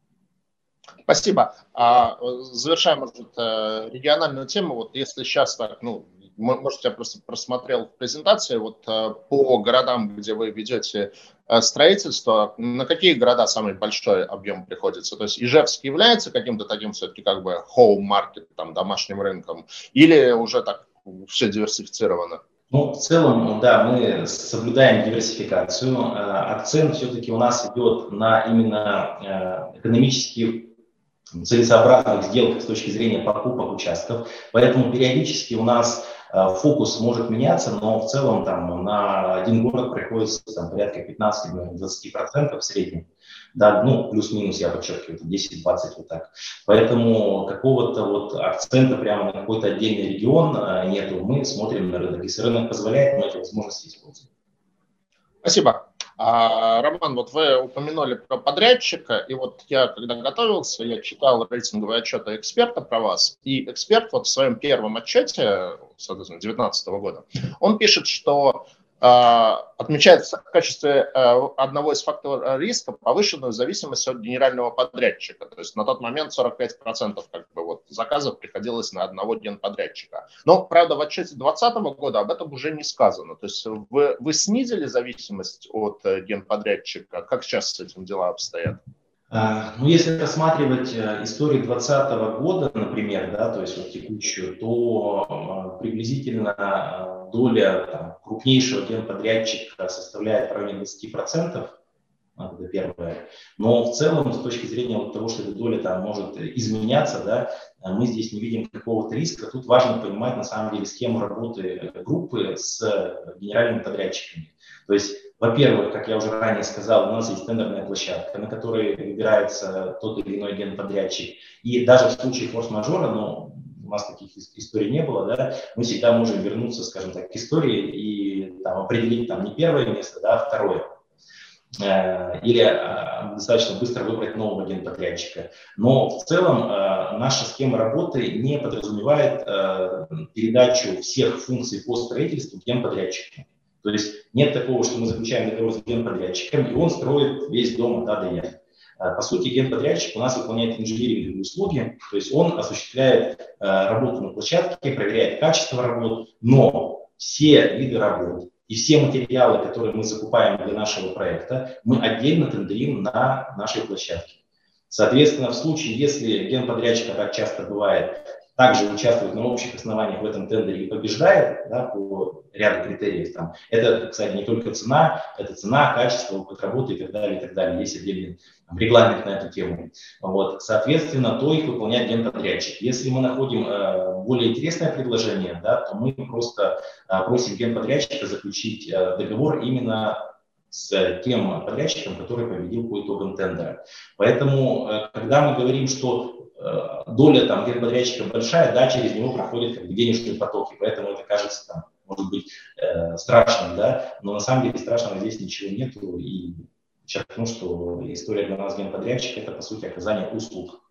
Спасибо. А, завершаем, может, региональную тему. Вот если сейчас так, ну, может, я просто просмотрел в презентации, вот по городам, где вы ведете строительство, на какие города самый большой объем приходится? То есть Ижевск является каким-то таким все-таки как бы home market, там, домашним рынком, или уже так все диверсифицировано? Ну, в целом, да, мы соблюдаем диверсификацию. Акцент все-таки у нас идет на именно экономические целесообразных сделках с точки зрения покупок участков. Поэтому периодически у нас фокус может меняться, но в целом там, на один город приходится там, порядка пятнадцать-двадцать процентов в среднем. Да, ну, плюс-минус, я подчеркиваю, десять-двадцать вот так. Поэтому какого-то вот акцента прямо на какой-то отдельный регион нету. Мы смотрим на рынок. Если рынок позволяет, мы эти возможности используем. Спасибо. А, Роман, вот вы упомянули про подрядчика, и вот я, когда готовился, я читал рейтинговые отчеты эксперта про вас, и эксперт вот в своем первом отчете, соответственно, две тысячи девятнадцатого года, он пишет, что а, отмечает в качестве а, одного из факторов риска повышенную зависимость от генерального подрядчика, то есть на тот момент сорок пять процентов как бы вот заказов приходилось на одного генподрядчика. Но, правда, в отчете две тысячи двадцатого года об этом уже не сказано. То есть вы, вы снизили зависимость от генподрядчика? Как сейчас с этим дела обстоят? Ну, если рассматривать историю двадцатого года, например, да, то есть вот текущую, то приблизительно доля там, крупнейшего генподрядчика составляет в районе двадцати процентов. Это первое. Но в целом, с точки зрения вот того, что эта доля там может изменяться, да, мы здесь не видим какого-то риска. Тут важно понимать, на самом деле, схему работы группы с генеральными подрядчиками. То есть, во-первых, как я уже ранее сказал, у нас есть тендерная площадка, на которой выбирается тот или иной генподрядчик. И даже в случае форс-мажора, но у нас таких историй не было, да, мы всегда можем вернуться, скажем так, к истории и там, определить там, не первое место, да, а второе. Или э, достаточно быстро выбрать нового генподрядчика. Но в целом э, наша схема работы не подразумевает э, передачу всех функций по строительству генподрядчику. То есть нет такого, что мы заключаем договор с генподрядчиком, и он строит весь дом от А до Я. По сути, генподрядчик у нас выполняет инженеринговые услуги, то есть он осуществляет э, работу на площадке, проверяет качество работ, но все виды работ и все материалы, которые мы закупаем для нашего проекта, мы отдельно тендерим на нашей площадке. Соответственно, в случае, если генподрядчик, а так часто бывает, также участвует на общих основаниях в этом тендере и побеждает, да, по ряду критериев, там, это, кстати, не только цена, это цена, качество, опыт работы и так далее, и так далее. Есть отдельный там, регламент на эту тему. Вот, соответственно, то их выполняет генподрядчик. Если мы находим э, более интересное предложение, да, то мы просто э, просим генподрядчика заключить э, договор именно с тем подрядчиком, который победил по итогам тендера. Поэтому, э, когда мы говорим, что доля там генподрядчика большая, да, через него проходят как бы, денежные потоки, поэтому это кажется, там, может быть, э, страшным, да, но на самом деле страшного здесь ничего нету, и подчеркну, что история для нас генподрядчика – это, по сути, оказание услуг.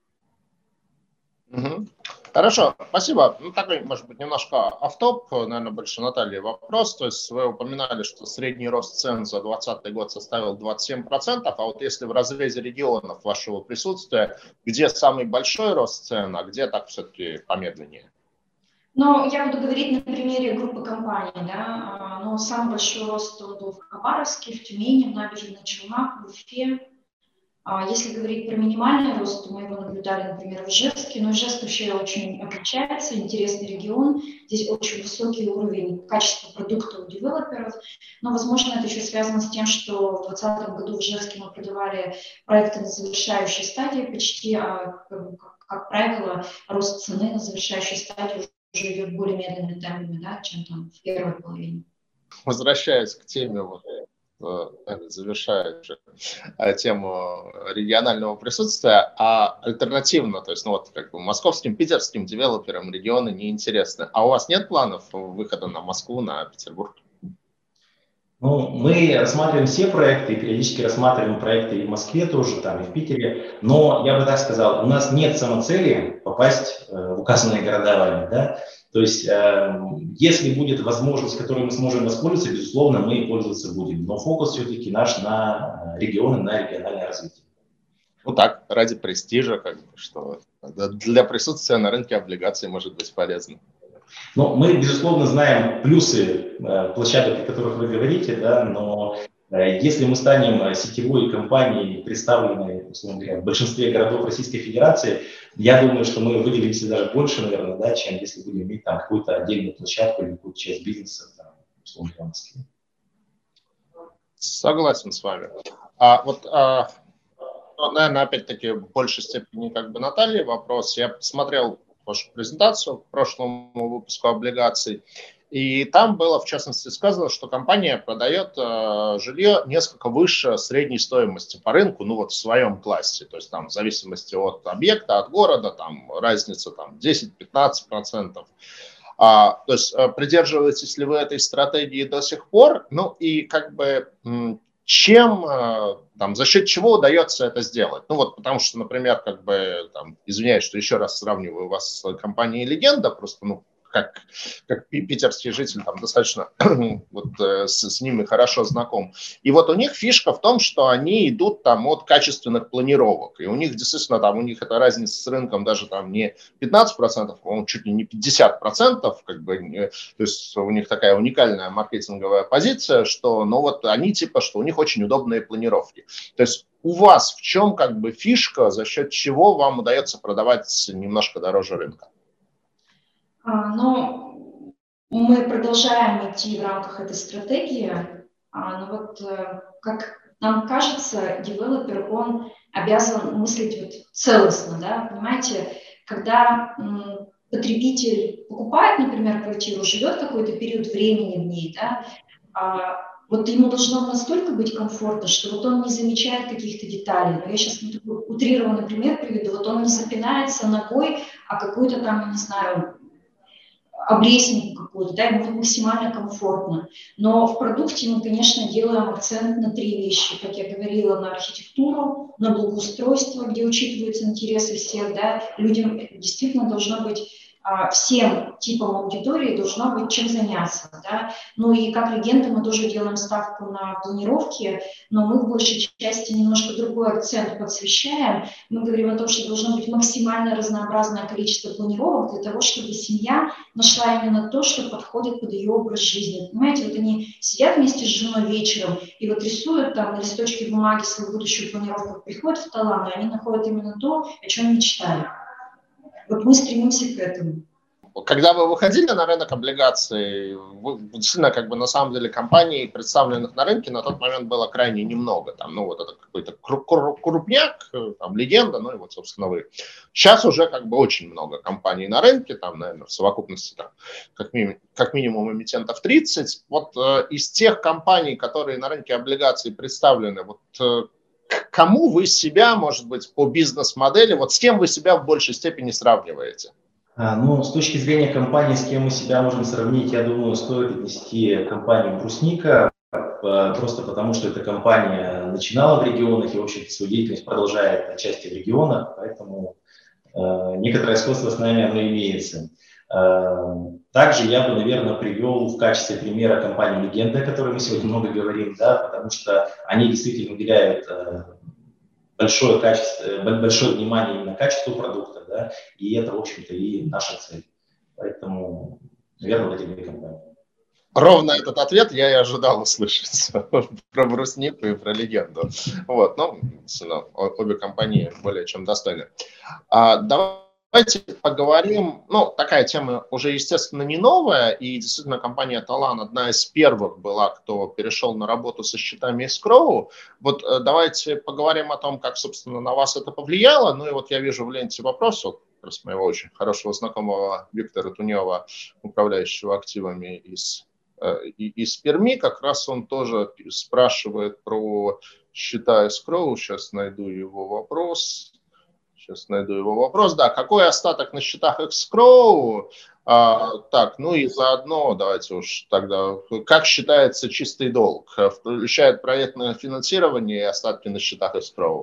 Угу. Хорошо, спасибо. Ну, такой, может быть, немножко автоп, наверное, больше Натальи вопрос. То есть вы упоминали, что средний рост цен за двадцатый год составил двадцать семь процентов, а вот если в разрезе регионов вашего присутствия, где самый большой рост цен, а где так все-таки помедленнее? Ну, я буду говорить на примере группы компаний, да, но самый большой рост он был в Хабаровске, в Тюмени, в Набережных Челнах, в Уфе. Если говорить про минимальный рост, то мы его наблюдали, например, в Ижевске, но Ижевск вообще очень отличается, интересный регион, здесь очень высокий уровень качества продукта у девелоперов, но, возможно, это еще связано с тем, что в двадцатом году в Ижевске мы продавали проекты на завершающей стадии почти, а, как, как правило, рост цены на завершающей стадии уже идет более медленными темпами, да, чем там в первой половине. Возвращаясь к теме вот, завершая тему регионального присутствия, а альтернативно, то есть, ну вот, как бы московским, питерским девелоперам регионы неинтересны. А у вас нет планов выхода на Москву, на Петербург? Ну, мы рассматриваем все проекты, и периодически рассматриваем проекты и в Москве тоже, там, и в Питере, но я бы так сказал, у нас нет самоцели попасть э, в указанные города вами, да, то есть, э, если будет возможность, которой мы сможем воспользоваться, безусловно, мы и пользоваться будем, но фокус все-таки наш на регионы, на региональное развитие. Ну так, ради престижа, как бы, что для присутствия на рынке облигаций может быть полезно. Ну, мы, безусловно, знаем плюсы э, площадок, о которых вы говорите, да, но э, если мы станем сетевой компанией, представленной, условно говоря, в большинстве городов Российской Федерации, я думаю, что мы выделимся даже больше, наверное, да, чем если будем иметь там какую-то отдельную площадку или какую-то часть бизнеса, там, условно говоря, в Москве. Согласен с вами. А вот, а, ну, наверное, опять-таки в большей степени как бы Наталья вопрос. Я посмотрел вашу презентацию к прошлому выпуску облигаций, и там было, в частности, сказано, что компания продает э, жилье несколько выше средней стоимости по рынку, ну вот в своем классе, то есть там в зависимости от объекта, от города, там разница там десять-пятнадцать процентов. А, то есть придерживаетесь ли вы этой стратегии до сих пор? Ну и как бы чем, там, за счет чего удается это сделать? Ну вот потому что, например, как бы, там, извиняюсь, что еще раз сравниваю вас с компанией «Легенда», просто, ну, как, как питерский житель, там достаточно вот, с, с ними хорошо знаком. И вот у них фишка в том, что они идут там от качественных планировок. И у них действительно там, у них эта разница с рынком даже там не пятнадцать процентов, по-моему, чуть ли не пятьдесят процентов. Как бы, то есть у них такая уникальная маркетинговая позиция, что ну вот они типа, что у них очень удобные планировки. То есть у вас в чем как бы фишка, за счет чего вам удается продавать немножко дороже рынка? А, ну, мы продолжаем идти в рамках этой стратегии. А, но вот, как нам кажется, девелопер, он обязан мыслить вот целостно, да, понимаете, когда м, потребитель покупает, например, квартиру, живет какой-то период времени в ней, да, а, вот ему должно настолько быть комфортно, что вот он не замечает каких-то деталей. Но я сейчас ну, такой утрированный пример приведу. Вот он не запинается ногой, а какую-то там, я не знаю, обрезнику какую-то, да, ему максимально комфортно. Но в продукте мы, конечно, делаем акцент на три вещи. Как я говорила, на архитектуру, на благоустройство, где учитываются интересы всех, да, людям действительно должно быть, всем типам аудитории должно быть чем заняться. Да? Ну и как Регента мы тоже делаем ставку на планировки, но мы в большей части немножко другой акцент подсвещаем. Мы говорим о том, что должно быть максимально разнообразное количество планировок для того, чтобы семья нашла именно то, что подходит под ее образ жизни. Понимаете, вот они сидят вместе с женой вечером и вот рисуют там на листочке бумаги свою будущую планировку, приходят в Талан, и они находят именно то, о чем мечтали. Вот мы стремимся к этому. Когда вы выходили на рынок облигаций, вы, действительно, как бы на самом деле компаний, представленных на рынке, на тот момент было крайне немного. Там, ну, вот это какой-то крупняк, там, Легенда, ну и вот, собственно, вы. Сейчас уже как бы очень много компаний на рынке, там, наверное, в совокупности там, как, ми- как минимум эмитентов тридцать. Вот э, из тех компаний, которые на рынке облигаций представлены, вот э, к кому вы себя, может быть, по бизнес-модели, вот с кем вы себя в большей степени сравниваете? А, ну, с точки зрения компании, с кем мы себя можем сравнить, я думаю, стоит отнести компанию «Брусника», просто потому что эта компания начинала в регионах и, в общем-то, свою деятельность продолжает отчасти в регионах, поэтому э, некоторое сходство с нами оно имеется. Э, также я бы, наверное, привел в качестве примера компанию «Легенда», о которой мы сегодня много говорим, да, потому что они действительно уделяют э, большое, качество, большое внимание именно качеству продукта, да, и это, в общем-то, и наша цель. Поэтому, наверное, в эти две компании. Ровно этот ответ я и ожидал услышать про Бруснику и про Легенду. Вот, ну, обе компании более чем достойны. А, давайте поговорим, ну, такая тема уже, естественно, не новая, и действительно компания Талан одна из первых была, кто перешел на работу со счетами escrow. Вот давайте поговорим о том, как, собственно, на вас это повлияло. Ну и вот я вижу в ленте вопрос от моего очень хорошего знакомого Виктора Тунева, управляющего активами из из Перми, как раз он тоже спрашивает про счета escrow. Сейчас найду его вопрос. Сейчас найду его вопрос. Да, какой остаток на счетах escrow? А, так, ну и заодно давайте уж тогда. Как считается чистый долг? Включает проектное финансирование и остатки на счетах escrow?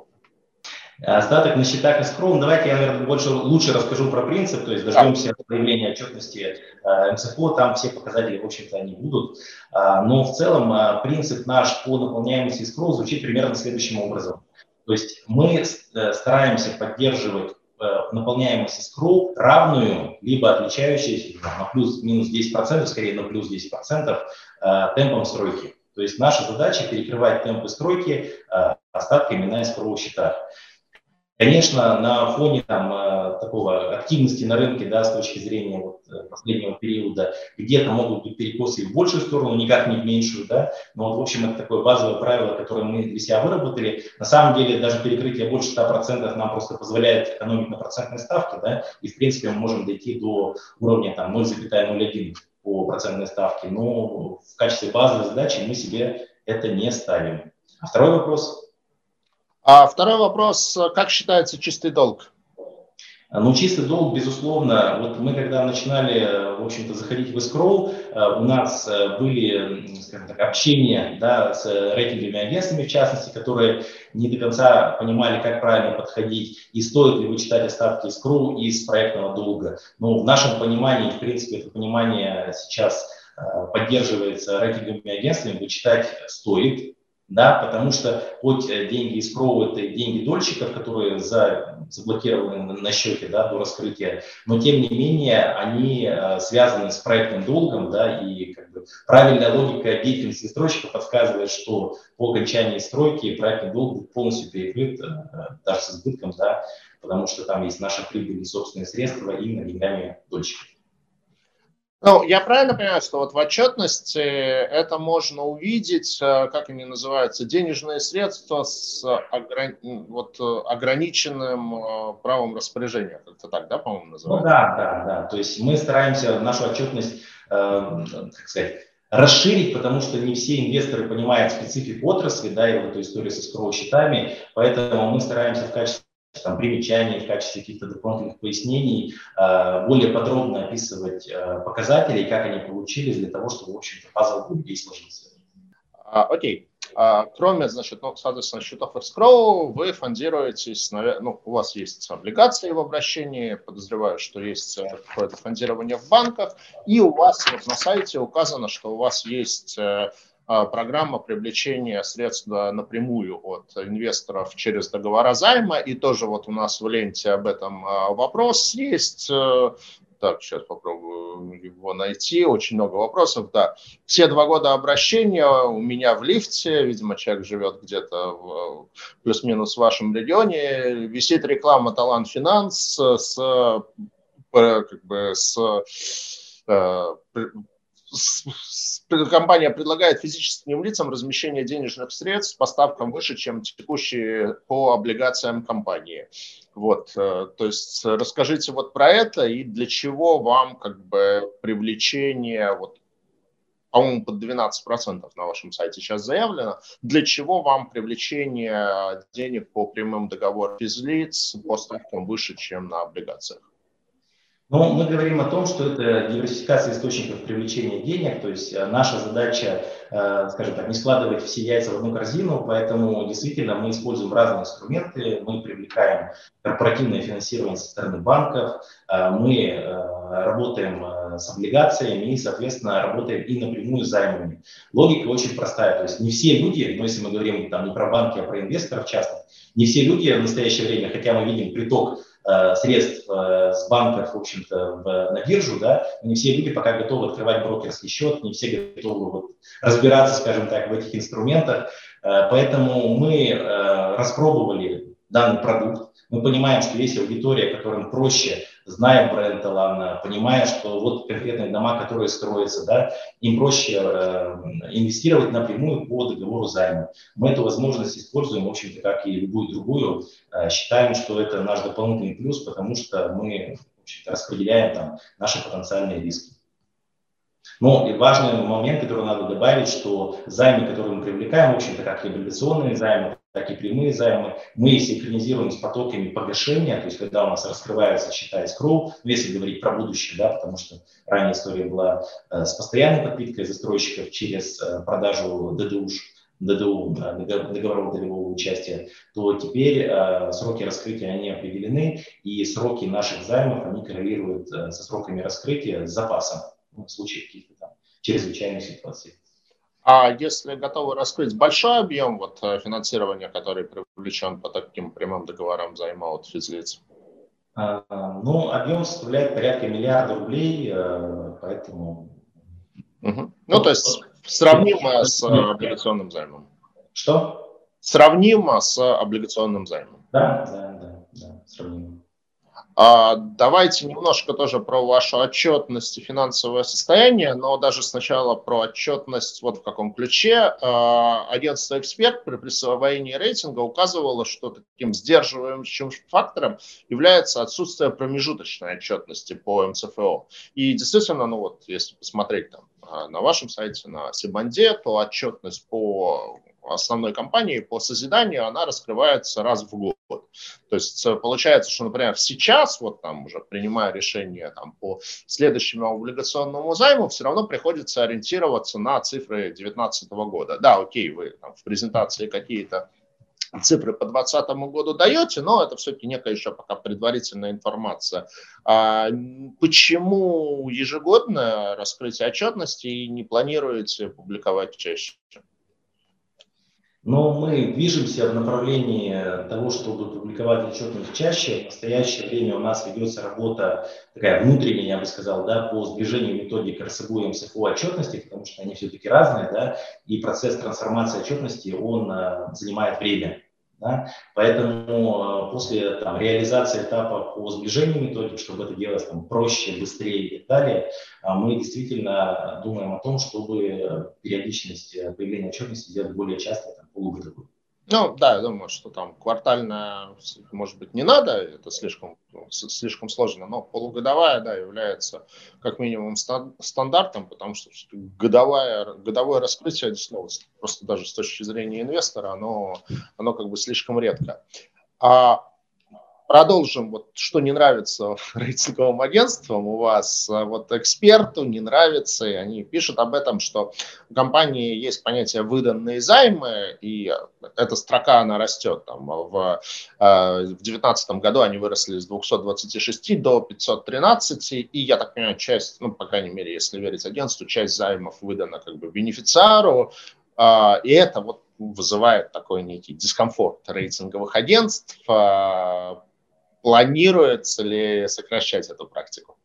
Остаток на счетах escrow, давайте я, наверное, больше, лучше расскажу про принцип, то есть дождемся проявления отчетности эм эс эф о, там все показатели, в общем-то, они будут. Но в целом принцип наш по наполняемости escrow звучит примерно следующим образом. То есть мы стараемся поддерживать наполняемость escrow равную, либо отличающуюся на плюс-минус десять процентов, скорее на плюс десять процентов темпом стройки. То есть наша задача перекрывать темпы стройки остатками на escrow счетах. Конечно, на фоне там, такого активности на рынке, да, с точки зрения вот, последнего периода, где-то могут быть перекосы в большую сторону, никак не в меньшую, да, но вот, в общем, это такое базовое правило, которое мы для себя выработали. На самом деле, даже перекрытие больше ста процентов нам просто позволяет экономить на процентной ставке, да, и, в принципе, мы можем дойти до уровня там, ноль целых ноль один по процентной ставке, но в качестве базовой задачи мы себе это не ставим. А второй вопрос? А второй вопрос, как считается чистый долг? Ну, чистый долг, безусловно, вот мы когда начинали, в общем-то, заходить в эскроу, у нас были, скажем так, общения, да, с рейтинговыми агентствами, в частности, которые не до конца понимали, как правильно подходить и стоит ли вычитать остатки эскроу из проектного долга. Но в нашем понимании, в принципе, это понимание сейчас поддерживается рейтинговыми агентствами, вычитать стоит. Да, потому что хоть деньги из эскроу – это деньги дольщиков, которые за, заблокированы на счете, да, до раскрытия, но тем не менее они э, связаны с проектным долгом, да, и как бы, правильная логика деятельности стройщика подсказывает, что по окончании стройки проектный долг будет полностью перекрыт, э, даже с избытком, да, потому что там есть наша прибыль и собственные средства именно деньгами дольщиков. Ну, я правильно понимаю, что вот в отчетности это можно увидеть, как они называются, денежные средства с ограни... вот, ограниченным правом распоряжения, как-то так, да, по-моему, называется? Ну да, да, да. То есть мы стараемся нашу отчетность, э, как сказать, расширить, потому что не все инвесторы понимают специфику отрасли, да, и вот эту историю со эскроу-счетами, поэтому мы стараемся в качестве там, примечаний, в качестве каких-то дополнительных пояснений э, более подробно описывать э, показатели, как они получились, для того, чтобы, в общем-то, пазл у людей сложился. А, окей. А, кроме, значит, ну, соответственно, счетов эскроу, вы фондируетесь, ну, у вас есть облигации в обращении, подозреваю, что есть какое-то фондирование в банках, и у вас вот на сайте указано, что у вас есть программа привлечения средств напрямую от инвесторов через договора займа, и тоже вот у нас в ленте об этом вопрос есть. Так, сейчас попробую его найти. Очень много вопросов, да. Все два года обращения у меня в лифте, видимо, человек живет где-то в, плюс-минус в вашем регионе, висит реклама Талант Финанс с, как бы, с, с компания предлагает физическим лицам размещение денежных средств по ставкам выше, чем текущие по облигациям компании. Вот, то есть расскажите вот про это и для чего вам как бы привлечение, вот, по-моему, под двенадцать процентов на вашем сайте сейчас заявлено, для чего вам привлечение денег по прямым договорам физлиц по ставкам выше, чем на облигациях? Ну, мы говорим о том, что это диверсификация источников привлечения денег, то есть наша задача, скажем так, не складывать все яйца в одну корзину, поэтому действительно мы используем разные инструменты, мы привлекаем корпоративное финансирование со стороны банков, мы работаем с облигациями и, соответственно, работаем и напрямую с займами. Логика очень простая, то есть не все люди, но если мы говорим там не про банки, а про инвесторов частных, не все люди в настоящее время, хотя мы видим приток средств с банков, в общем-то, в, на биржу, да, не все люди пока готовы открывать брокерский счет, не все готовы вот разбираться, скажем так, в этих инструментах. Поэтому мы распробовали данный продукт. Мы понимаем, что есть аудитория, которым проще, зная бренд Талана, понимая, что вот конкретные дома, которые строятся, да, им проще э, инвестировать напрямую по договору займа. Мы эту возможность используем, в общем-то, как и любую другую. Э, считаем, что это наш дополнительный плюс, потому что мы, в общем-то, распределяем там наши потенциальные риски. Но и важный момент, который надо добавить, что займы, которые мы привлекаем, в общем-то, как и облигационные займы, так и прямые займы, мы их синхронизируем с потоками погашения, то есть когда у нас раскрываются счета эскроу, ну, если говорить про будущее, да, потому что ранее история была э, с постоянной подпиткой застройщиков через э, продажу ДДУ, ДДУ, договоров долевого участия, то теперь э, сроки раскрытия они определены, и сроки наших займов, они коррелируют э, со сроками раскрытия с запасом, ну, в случае каких-то там чрезвычайных ситуаций. А если готовы раскрыть большой объем вот, финансирования, который привлечен по таким прямым договорам займа от физлиц? А, ну, объем составляет порядка миллиарда рублей, поэтому... Угу. Ну, то есть сравнимо с облигационным займом. Что? Сравнимо с облигационным займом. Да, да, да, да, сравнимо. А, давайте немножко тоже про вашу отчетность и финансовое состояние, но даже сначала про отчетность вот в каком ключе. А, агентство «Эксперт» при присвоении рейтинга указывало, что таким сдерживающим фактором является отсутствие промежуточной отчетности по эм цэ эф о. И действительно, ну вот, если посмотреть там на вашем сайте, на Сибанде, то отчетность по основной компании по созиданию, она раскрывается раз в год. То есть получается, что, например, сейчас, вот там уже принимая решение там, по следующему облигационному займу, все равно приходится ориентироваться на цифры две тысячи девятнадцатого года. Да, окей, вы там, в презентации какие-то цифры по две тысячи двадцатому году даете, но это все-таки некая еще пока предварительная информация. А почему ежегодное раскрытие отчетности и не планируете публиковать чаще? Но мы движемся в направлении того, чтобы публиковать отчетность чаще. В настоящее время у нас ведется работа такая внутренняя, я бы сказал, да, по сближению методик эр эс эф о и эм эс эф о отчетности, потому что они все-таки разные, да, и процесс трансформации отчетности, он а, занимает время. Да? Поэтому после там, реализации этапа по сближению методик, чтобы это делать там, проще, быстрее и так далее, мы действительно думаем о том, чтобы периодичность появления отчетности сделать более часто, там, полугодовую. Ну да, я думаю, что там квартально, может быть, не надо, это слишком, слишком сложно, но полугодовая, да, является как минимум стандартом, потому что годовая, годовое раскрытие, действительно, просто даже с точки зрения инвестора, оно, оно как бы слишком редко. А продолжим, вот что не нравится рейтинговым агентствам у вас, вот эксперту не нравится, и они пишут об этом, что у компании есть понятие выданные займы, и эта строка, она растет. Там, в две тысячи девятнадцатом году они выросли с двухсот двадцати шести до пятисот тринадцати, и, я так понимаю, часть, ну, по крайней мере, если верить агентству, часть займов выдана как бы бенефициару, и это вот вызывает такой некий дискомфорт рейтинговых агентств. Планируется ли сокращать эту практику?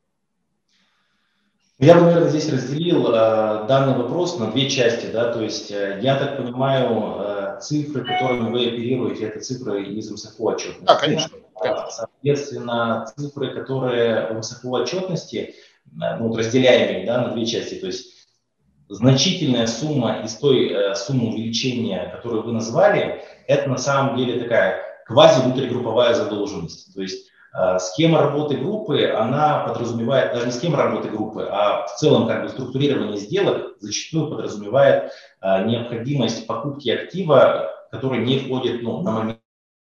Я бы, наверное, здесь разделил э, данный вопрос на две части. Да? То есть, э, я так понимаю, э, цифры, которыми вы оперируете, это цифры из эм эс эф о отчетности. Да, конечно. конечно. Соответственно, цифры, которые в эм эс эф о отчетности, э, ну, разделяемые, да, на две части. То есть, значительная сумма из той э, суммы увеличения, которую вы назвали, это на самом деле такая квази-внутригрупповая задолженность. То есть э, схема работы группы, она подразумевает, даже не схема работы группы, а в целом как бы структурирование сделок зачастую подразумевает э, необходимость покупки актива, который не входит, ну, на момент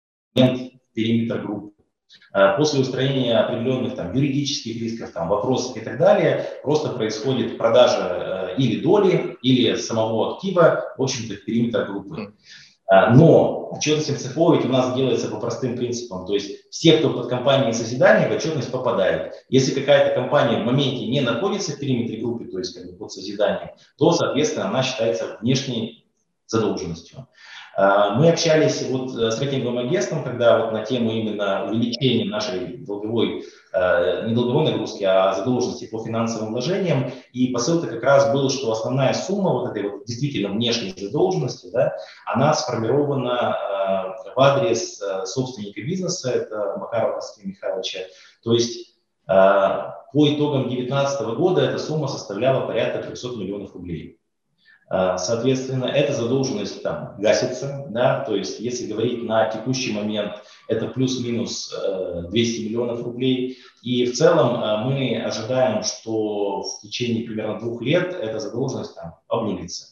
в периметр группы. Э, после устранения определенных там, юридических рисков, там, вопросов и так далее, просто происходит продажа э, или доли, или самого актива, в общем-то, в периметр группы. Но отчетность эм эс эф о ведь у нас делается по простым принципам. То есть все, кто под компанией созидания, в отчетность попадают. Если какая-то компания в моменте не находится в периметре группы, то есть как бы под созиданием, то, соответственно, она считается внешней задолженностью. Мы общались вот с рейтинговым агентством, когда вот на тему именно увеличения нашей долговой, не долговой нагрузки, а задолженности по финансовым вложениям. И посыл-то как раз был, что основная сумма вот этой вот действительно внешней задолженности, да, она сформирована в адрес собственника бизнеса, это Макарова Сергея Михайловича. То есть по итогам две тысячи девятнадцатого года эта сумма составляла порядка трехсот миллионов рублей. Соответственно, эта задолженность там гасится, да, то есть если говорить на текущий момент, это плюс-минус двести миллионов рублей. И в целом мы ожидаем, что в течение примерно двух лет эта задолженность там обнулится.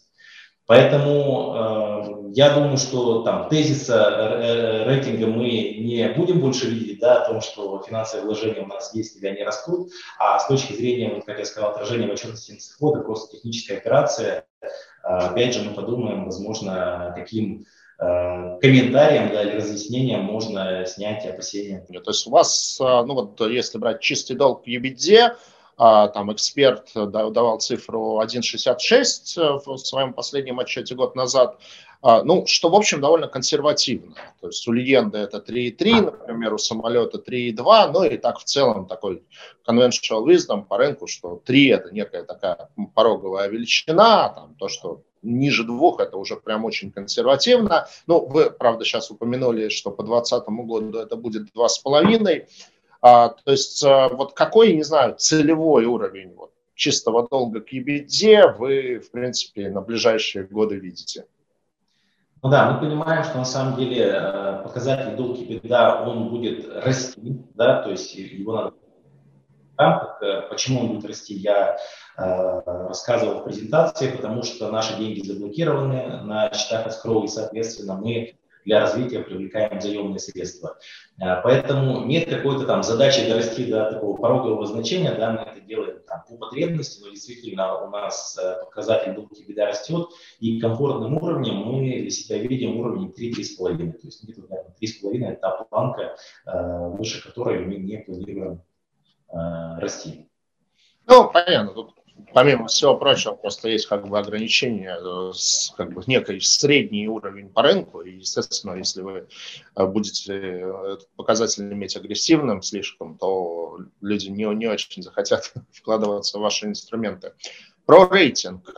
Поэтому э, я думаю, что там тезиса рейтинга мы не будем больше видеть, да, о том, что финансовые вложения у нас есть или они растут, а с точки зрения, вот, как я сказал, отражения в отчетности эм эс эф о, это просто техническая операция. Опять же, мы подумаем, возможно, каким э, комментарием, да, или разъяснением можно снять опасения. То есть у вас, ну вот если брать чистый долг в EBITDA, там эксперт давал цифру один целых шестьдесят шесть сотых в своем последнем отчете год назад, ну, что, в общем, довольно консервативно. То есть у Легенды это три целых три десятых, например, у самолета три целых два десятых, ну и так в целом такой conventional wisdom по рынку, что три это некая такая пороговая величина, там, то, что ниже двух, это уже прям очень консервативно. Ну, вы, правда, сейчас упомянули, что по двадцатому году это будет два с половиной. А, то есть а, вот какой, не знаю, целевой уровень вот, чистого долга к EBITDA вы, в принципе, на ближайшие годы видите? Ну да, мы понимаем, что на самом деле показатель долг EBITDA, он будет расти, да, то есть его надо рамках. Почему он будет расти, я рассказывал в презентации, потому что наши деньги заблокированы на счетах escrow, и, соответственно, мы для развития привлекаем заемные средства. Поэтому нет какой-то там задачи дорасти до такого порогового значения, да, мы это делаем там, по потребности, но действительно у нас показатель долг EBITDA растет, и комфортным уровнем мы для себя видим уровень три — три с половиной. То есть где-то три с половиной это та планка, выше которой мы не планируем расти. Ну, понятно. Тут, помимо всего прочего, просто есть как бы ограничения, как бы некий средний уровень по рынку. И, естественно, если вы будете этот показатель иметь агрессивным слишком, то люди не, не очень захотят вкладываться в ваши инструменты. Про рейтинг.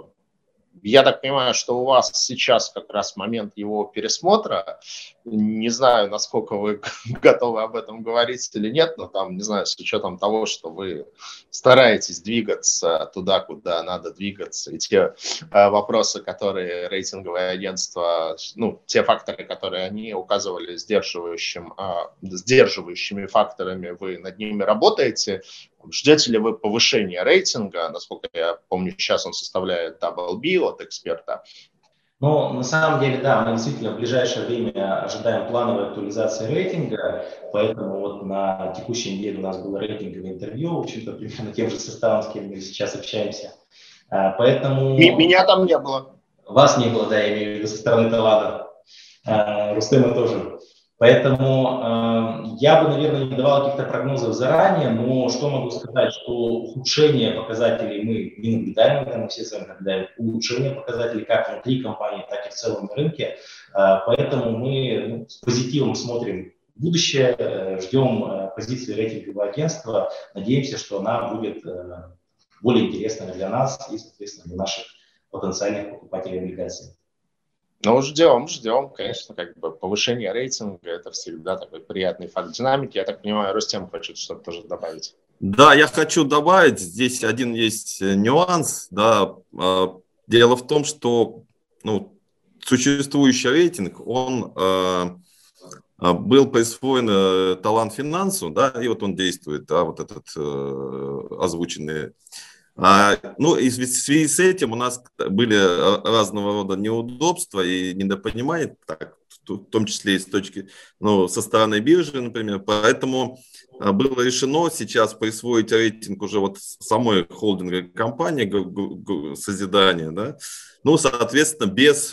Я так понимаю, что у вас сейчас как раз момент его пересмотра. Не знаю, насколько вы готовы об этом говорить или нет, но там, не знаю, с учетом того, что вы стараетесь двигаться туда, куда надо двигаться, и те э, вопросы, которые рейтинговые агентства, ну, те факторы, которые они указывали сдерживающим, э, сдерживающими факторами, вы над ними работаете. Ждете ли вы повышения рейтинга? Насколько я помню, сейчас он составляет дабл би от эксперта. Ну, на самом деле, да, мы действительно в ближайшее время ожидаем плановой актуализации рейтинга, поэтому вот на текущей неделе у нас было рейтинговое интервью, в общем-то, примерно тем же составом, с кем мы сейчас общаемся. Поэтому... Меня там не было. Вас не было, да, я имею в виду со стороны Талана. Рустема тоже. Поэтому э, я бы, наверное, не давал каких-то прогнозов заранее, но что могу сказать, что ухудшение показателей мы не наблюдаем, мы все с вами наблюдаем улучшение показателей как внутри компании, так и в целом на рынке. Э, поэтому мы ну, с позитивом смотрим в будущее, э, ждем э, позиции рейтингового агентства, надеемся, что она будет э, более интересной для нас и, соответственно, для наших потенциальных покупателей облигаций. Ну, ждем, ждем, конечно, как бы повышение рейтинга – это всегда такой приятный факт динамики. Я так понимаю, Рустем хочет что-то тоже добавить. Да, я хочу добавить, здесь один есть нюанс, да, дело в том, что ну, существующий рейтинг, он э, был присвоен Талан Финансу, да, и вот он действует, да, вот этот э, озвученный. А, ну, и в связи с этим у нас были разного рода неудобства и недопонимания, так, в том числе и с точки, ну, со стороны биржи, например. Поэтому было решено сейчас присвоить рейтинг уже вот самой холдинговой компании созидания, да, ну, соответственно, без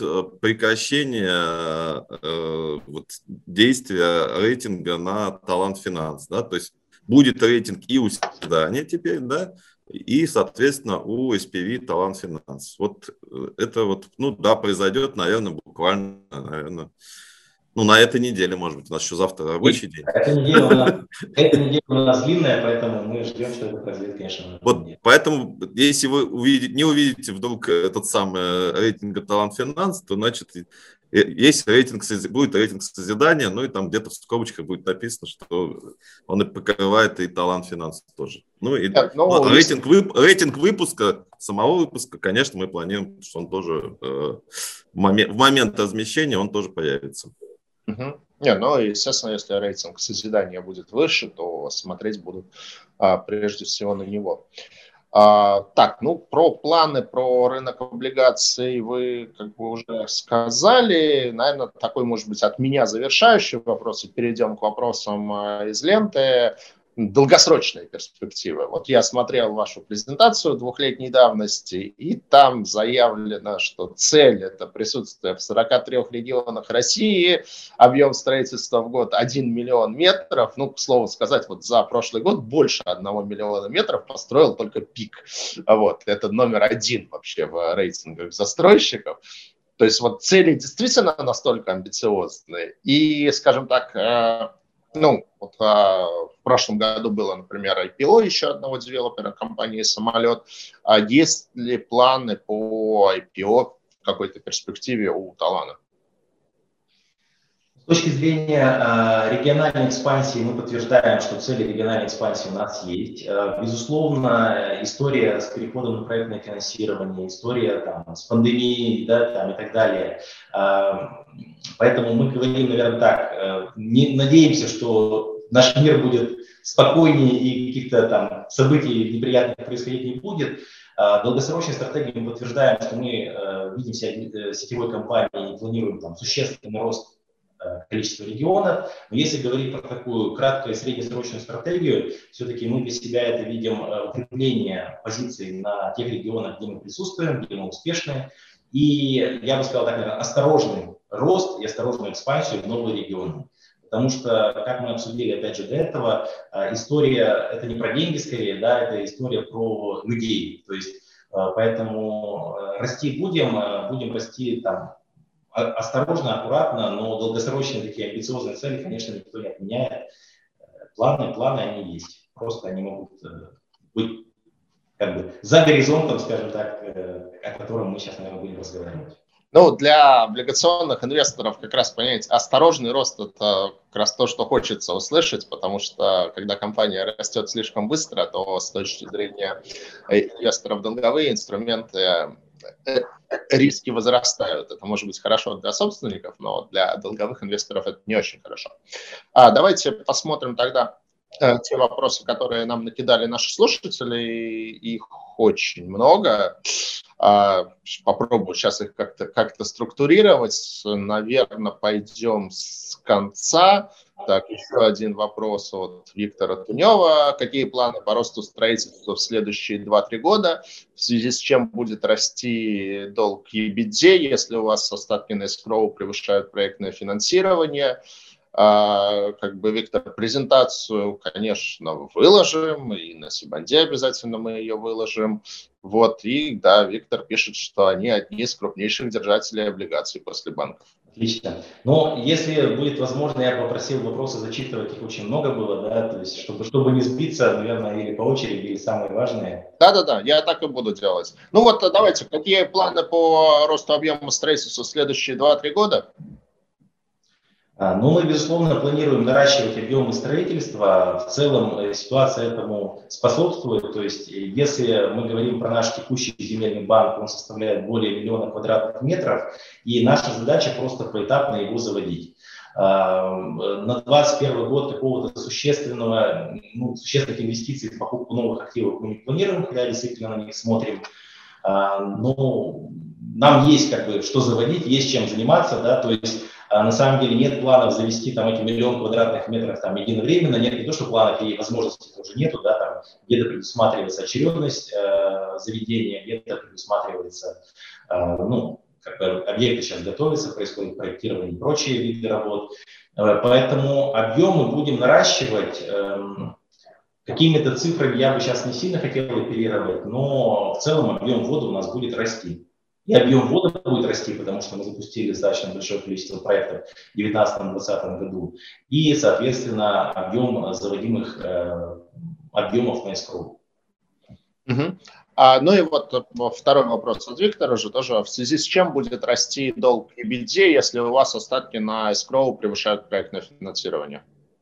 прекращения э, вот, действия рейтинга на Талант Финанс, да, то есть будет рейтинг и у созидания теперь, да, и, соответственно, у эс пи ви Талант Финанс. Вот это вот, ну да, произойдет, наверное, буквально, наверное, ну на этой неделе, может быть, у нас еще завтра рабочий день. Эта неделя у нас, эта неделя у нас длинная, поэтому мы ждем, что это произойдет, конечно. Вот, поэтому, если вы увидите, не увидите вдруг этот самый рейтинг Талант Финанс, то, значит, есть рейтинг, будет рейтинг созидания, ну и там где-то в скобочках будет написано, что он и покрывает и Талант Финанс тоже. Ну и так, ну, ну, рейтинг, вып, рейтинг выпуска, самого выпуска, конечно, мы планируем, что он тоже э, в, момент, в момент размещения он тоже появится. Угу. Не, ну, естественно, если рейтинг созидания будет выше, то смотреть будут а, прежде всего на него. А, так, ну, про планы, про рынок облигаций вы как бы уже сказали. Наверное, такой, может быть, от меня завершающий вопрос, и перейдем к вопросам из ленты. Долгосрочные перспективы. Вот я смотрел вашу презентацию двухлетней давности, и там заявлено, что цель – это присутствие в сорока трёх регионах России, объем строительства в год один миллион метров. Ну, к слову сказать, вот за прошлый год больше одного миллиона метров построил только ПИК. Вот, это номер один вообще в рейтингах застройщиков. То есть вот цели действительно настолько амбициозные. И, скажем так, ну, вот, а, в прошлом году было, например, ай пи о еще одного девелопера компании «Самолет». А есть ли планы по ай пи о в какой-то перспективе у Талана? С точки зрения э, региональной экспансии мы подтверждаем, что цели региональной экспансии у нас есть. Э, безусловно, история с переходом на проектное финансирование, история там, с пандемией, да, там, и так далее. Э, поэтому мы говорим, наверное, так, э, не, надеемся, что наш мир будет спокойнее и каких-то там событий неприятных происходить не будет. Долгосрочной стратегией мы подтверждаем, что мы видим себя сетевой компанией и планируем там существенный рост количества регионов. Но если говорить про такую краткую и среднесрочную стратегию, все-таки мы для себя это видим укрепление позиций на тех регионах, где мы присутствуем, где мы успешны. И я бы сказал так, наверное, осторожный рост и осторожную экспансию в новые регионы. Потому что, как мы обсудили опять же до этого, история это не про деньги скорее, да, это история про людей. То есть, поэтому расти будем, будем расти там осторожно, аккуратно, но долгосрочные такие амбициозные цели, конечно, никто не отменяет. Планы, планы они есть. Просто они могут быть как бы за горизонтом, скажем так, о котором мы сейчас, наверное, будем разговаривать. Ну, для облигационных инвесторов как раз понять, осторожный рост – это как раз то, что хочется услышать, потому что когда компания растет слишком быстро, то с точки зрения инвесторов долговые инструменты, риски возрастают. Это может быть хорошо для собственников, но для долговых инвесторов это не очень хорошо. А давайте посмотрим тогда те вопросы, которые нам накидали наши слушатели. Их очень много. Попробую сейчас их как-то как-то структурировать. Наверное, пойдем с конца. Так, еще один вопрос от Виктора Тунева. Какие планы по росту строительства в следующие два-три года? В связи с чем будет расти долг EBITDA, если у вас остатки на эскроу превышают проектное финансирование? А, как бы, Виктор, презентацию, конечно, выложим, и на Сибанде обязательно мы ее выложим. Вот, и да, Виктор пишет, что они одни из крупнейших держателей облигаций после банков. Отлично. Но если будет возможно, я попросил вопросы зачитывать, их очень много было, да, то есть, чтобы, чтобы не сбиться, наверное, или по очереди, или самые важные. Да-да-да, я так и буду делать. Ну вот, давайте, какие планы по росту объема строительства в следующие два-три года? Ну, мы, безусловно, планируем наращивать объемы строительства. В целом ситуация этому способствует. То есть, если мы говорим про наш текущий земельный банк, он составляет более миллиона квадратных метров, и наша задача просто поэтапно его заводить. На двадцать первый год какого-то существенного, ну, существенных инвестиций в покупку новых активов мы не планируем, хотя действительно на них смотрим. Но нам есть как бы что заводить, есть чем заниматься, да, то есть на самом деле нет планов завести там эти миллион квадратных метров там единовременно, нет не то, что планов и возможностей тоже нету, да, там где-то предусматривается очередность э, заведения, где-то предусматривается, э, ну, как бы объекты сейчас готовятся, происходит проектирование и прочие виды работ, э, поэтому объемы будем наращивать. Э, Какими-то цифрами я бы сейчас не сильно хотел оперировать, но в целом объем ввода у нас будет расти. И объем ввода будет расти, потому что мы запустили достаточно большое количество проектов в две тысячи девятнадцатом — две тысячи двадцатом году. И, соответственно, объем заводимых э, объемов на эскроу. Угу. А, ну и вот второй вопрос от Виктора же тоже. В связи с чем будет расти долг EBITDA, если у вас остатки на эскроу превышают проектное финансирование?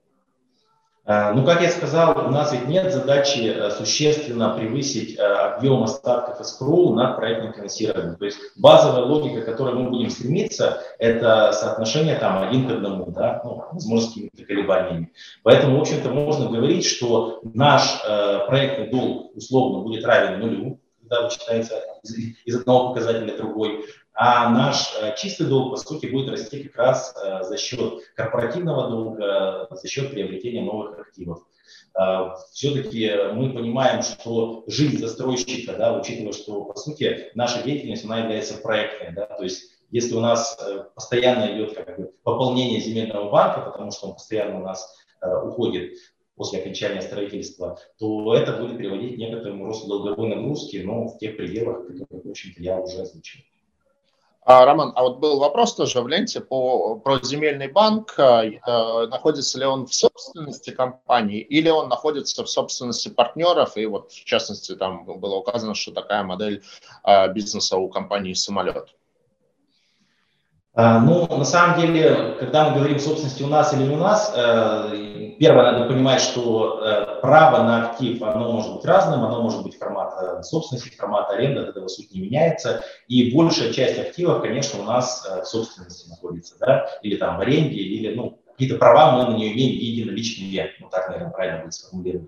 Ну, как я сказал, у нас ведь нет задачи существенно превысить объем остатков эскроу над проектным финансированием. То есть базовая логика, к которой мы будем стремиться, это соотношение там один к одному, да, ну, возможно, с какими-то колебаниями. Поэтому, в общем-то, можно говорить, что наш э, проектный долг условно будет равен нулю, когда вычитается из, из одного показателя в другой. А наш э, чистый долг, по сути, будет расти как раз э, за счет корпоративного долга, за счет приобретения новых активов. Э, все-таки мы понимаем, что жизнь застройщика, да, учитывая, что, по сути, наша деятельность, она является проектной. Да, то есть, если у нас э, постоянно идет как бы пополнение земельного банка, потому что он постоянно у нас э, уходит после окончания строительства, то это будет приводить к некоторому росту долговой нагрузки, но в тех пределах, которые, в общем-то, я уже озвучил. А, Роман, а вот был вопрос тоже в ленте по, про земельный банк. Э, находится ли он в собственности компании или он находится в собственности партнеров? И вот в частности там было указано, что такая модель э, бизнеса у компании «Самолет». Ну, на самом деле, когда мы говорим собственности у нас или не у нас, первое, надо понимать, что право на актив, оно может быть разным, оно может быть формата собственности, формата аренды, от этого суть не меняется. И большая часть активов, конечно, у нас в собственности находится, да, или там в аренде, или, ну, какие-то права мы на нее имеем в виде наличных денег. Ну, так, наверное, правильно будет сформулировать.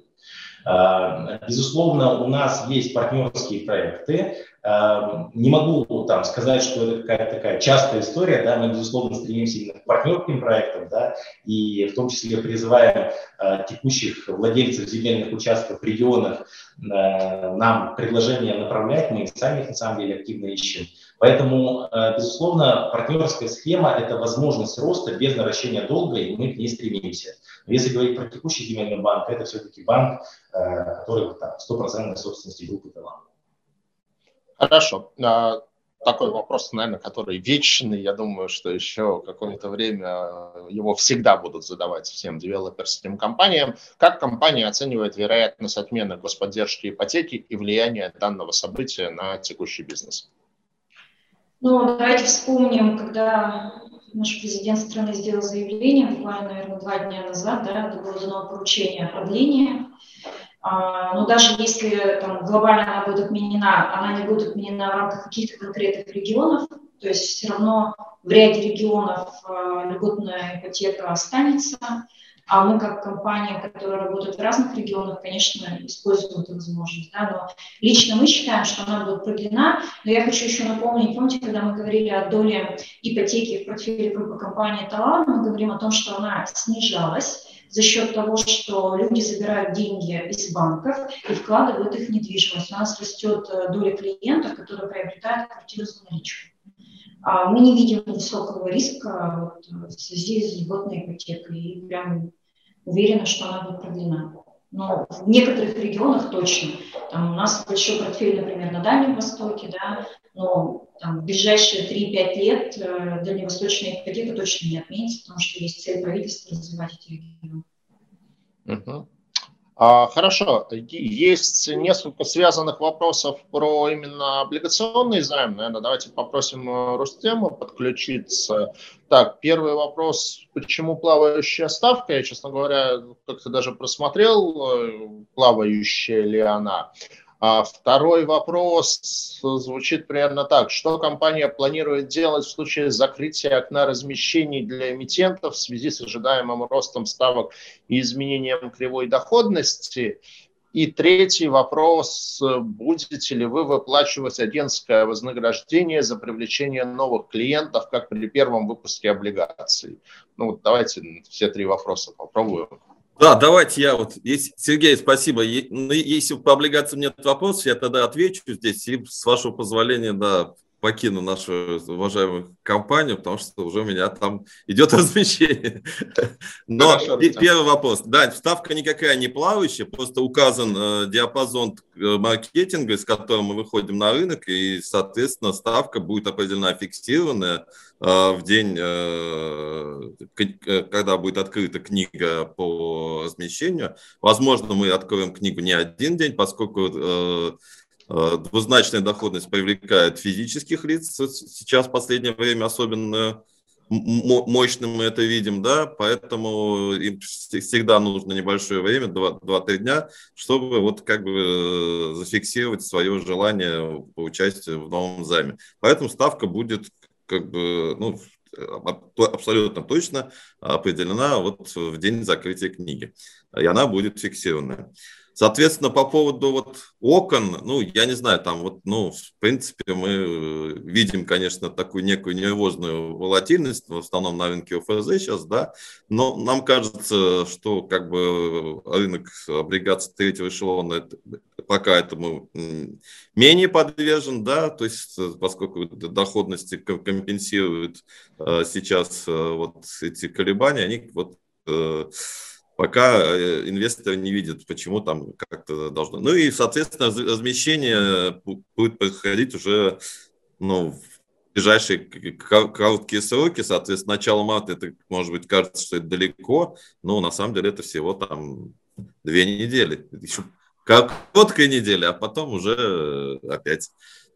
Безусловно, у нас есть партнерские проекты. Не могу там сказать, что это какая-то такая частая история, да, мы, безусловно, стремимся именно к партнерским проектам, да, и в том числе призываем текущих владельцев земельных участков в регионах нам предложения направлять, мы сами их на самом деле активно ищем. Поэтому, безусловно, партнерская схема – это возможность роста без наращения долга, и мы к ней стремимся. Но если говорить про текущий земельный банк, это все-таки банк, который в стопроцентной собственности группы «Талант». Хорошо. Такой вопрос, наверное, который вечный. Я думаю, что еще какое-то время его всегда будут задавать всем девелоперским компаниям. Как компания оценивает вероятность отмены господдержки ипотеки и влияние данного события на текущий бизнес? Ну, давайте вспомним, когда наш президент страны сделал заявление, буквально, наверное, два дня назад, да, было дано поручение о продлении. А, но даже если там, глобально она будет отменена, она не будет отменена в рамках каких-то конкретных регионов, то есть все равно в ряде регионов а, льготная ипотека останется, а мы как компания, которая работает в разных регионах, конечно, используем эту возможность. Да, но лично мы считаем, что она будет продлена. Но я хочу еще напомнить, помните, когда мы говорили о доле ипотеки в портфеле группы компании «Талант», мы говорим о том, что она снижалась за счет того, что люди забирают деньги из банков и вкладывают их в недвижимость. У нас растет доля клиентов, которые приобретают квартиру за наличку. Мы не видим высокого риска вот, в связи с льготной ипотекой и прям уверены, что она будет продлена. Но в некоторых регионах точно. Там у нас большой портфель, например, на Дальнем Востоке, да, но там, в ближайшие три-пять лет э, дальневосточная ипотека точно не отменится, потому что есть цель правительства развивать эти регионы. Uh-huh. А, хорошо, есть несколько связанных вопросов про именно облигационный займ. Наверное, давайте попросим Рустема подключиться. Так, первый вопрос, почему плавающая ставка? Я, честно говоря, как-то даже просмотрел, плавающая ли она. А второй вопрос звучит примерно так. Что компания планирует делать в случае закрытия окна размещений для эмитентов в связи с ожидаемым ростом ставок и изменением кривой доходности? И третий вопрос. Будете ли вы выплачивать агентское вознаграждение за привлечение новых клиентов, как при первом выпуске облигаций? Ну, вот давайте все три вопроса попробуем. Да, давайте я вот, если, Сергей, спасибо. Если по облигациям нет вопросов, я тогда отвечу здесь и, с вашего позволения, да, покину нашу уважаемую компанию, потому что уже у меня там идет размещение. Но Хорошо, первый вопрос. Да, ставка никакая не плавающая, просто указан э, диапазон маркетинга, с которым мы выходим на рынок, и, соответственно, ставка будет определена фиксированная э, в день, э, когда будет открыта книга по размещению. Возможно, мы откроем книгу не один день, поскольку э, двузначная доходность привлекает физических лиц. Сейчас в последнее время особенно мощным мы это видим, да, поэтому им всегда нужно небольшое время, два-три дня, чтобы вот как бы зафиксировать свое желание по участию в новом займе. Поэтому ставка будет как бы, ну, абсолютно точно определена вот в день закрытия книги, и она будет фиксированная. Соответственно, по поводу вот окон, ну, я не знаю, там вот, ну, в принципе, мы видим, конечно, такую некую нервозную волатильность, в основном на рынке ОФЗ сейчас, да, но нам кажется, что как бы рынок облигаций третьего эшелона это, пока этому менее подвержен, да, то есть поскольку доходности компенсируют сейчас вот эти колебания, они вот пока инвесторы не видят, почему там как-то должно. Ну и, соответственно, размещение будет происходить уже, ну, в ближайшие короткие сроки. Соответственно, начало марта, это, может быть, кажется, что это далеко, но на самом деле это всего там две недели. Еще короткая неделя, а потом уже опять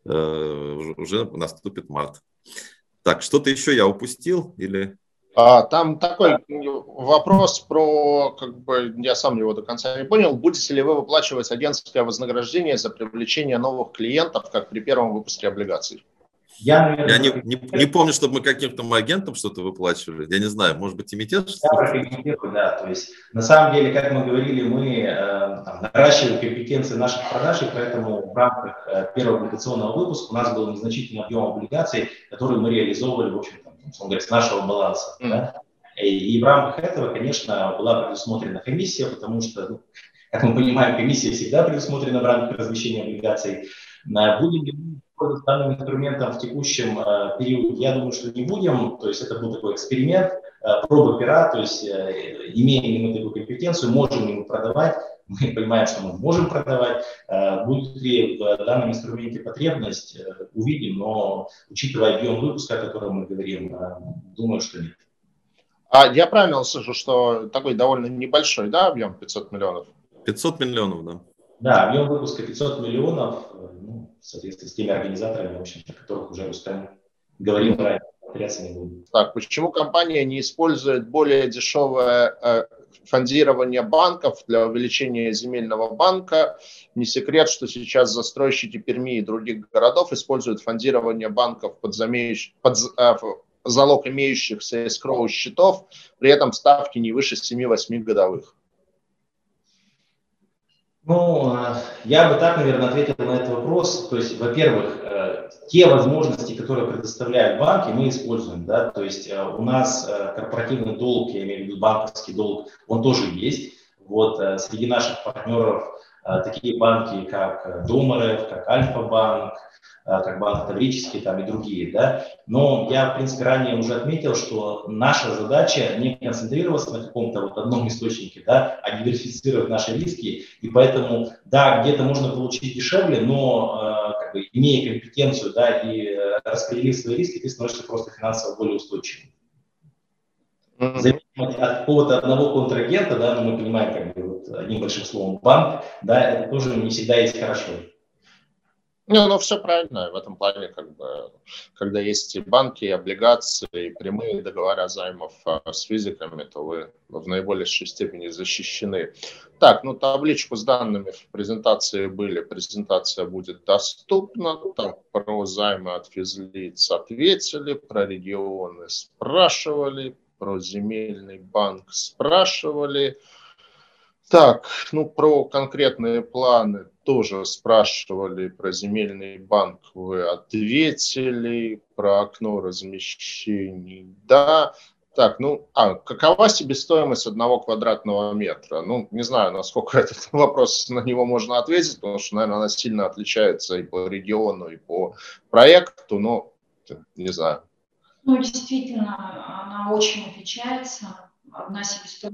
уже наступит март. Так, что-то еще я упустил или... Там такой вопрос про, как бы, я сам его до конца не понял, будете ли вы выплачивать агентское вознаграждение за привлечение новых клиентов, как при первом выпуске облигаций? Я, наверное, Я не, не, не помню, чтобы мы каким-то агентам что-то выплачивали. Я не знаю, может быть, эмитент? Я прокомментирую, да. То есть, на самом деле, как мы говорили, мы э, там, наращиваем компетенции наших продаж, и поэтому в рамках э, первого облигационного выпуска у нас был незначительный объем облигаций, которые мы реализовывали, в общем-то, с нашего баланса. Mm. Да? И, и в рамках этого, конечно, была предусмотрена комиссия, потому что, ну, как мы понимаем, комиссия всегда предусмотрена в рамках размещения облигаций. Будем ли мы пользоваться данным инструментом в текущем э, периоде? Я думаю, что не будем. То есть это был такой эксперимент, э, проба пера, то есть э, имеем ли мы такую компетенцию, можем ли мы продавать. Мы понимаем, что мы можем продавать. Э, будет ли в данном инструменте потребность, э, увидим, но учитывая объем выпуска, о котором мы говорим, э, думаю, что нет. А я правильно слышу, что такой довольно небольшой, да, объем пятьсот миллионов? пятьсот миллионов, да. Да, объем выпуска пятьсот миллионов, ну, в соответствии с теми организаторами, в общем, о которых уже Рустам говорил ранее, повторяться не буду. Так, почему компания не использует более дешевое э, фондирование банков для увеличения земельного банка? Не секрет, что сейчас застройщики Перми и других городов используют фондирование банков под, замеющ... под э, залог имеющихся эскроу счетов, при этом ставки не выше семи-восьми годовых. Ну, я бы так, наверное, ответил на этот вопрос. То есть, во-первых, те возможности, которые предоставляют банки, мы используем. Да? То есть у нас корпоративный долг, я имею в виду банковский долг, он тоже есть. Вот среди наших партнеров такие банки, как Дом.РФ, как Альфа-банк, как Банк Таврический там и другие. Да? Но я, в принципе, ранее уже отметил, что наша задача не концентрироваться на каком-то вот одном источнике, да, а диверсифицировать наши риски. И поэтому, да, где-то можно получить дешевле, но как бы, имея компетенцию, да, и распределив свои риски, ты становишься просто финансово более устойчивым. Зависимо от какого-то одного контрагента, да, но мы понимаем, как бы, вот, одним большим словом, банк, да, это тоже не всегда есть хорошо. Ну, ну, все правильно. В этом плане, как бы, когда есть и банки, и облигации, и прямые договора займов с физиками, то вы в наибольшей степени защищены. Так, ну, табличку с данными в презентации были. Презентация будет доступна. Так, про займы от физлиц ответили, про регионы спрашивали, про земельный банк спрашивали. Так, ну, про конкретные планы тоже спрашивали, про земельный банк вы ответили, про окно размещений, да. Так, ну, а какова себестоимость одного квадратного метра? Ну, не знаю, насколько этот вопрос, на него можно ответить, потому что, наверное, она сильно отличается и по региону, и по проекту, но не знаю. Ну, действительно, она очень отличается. Одна себестоимость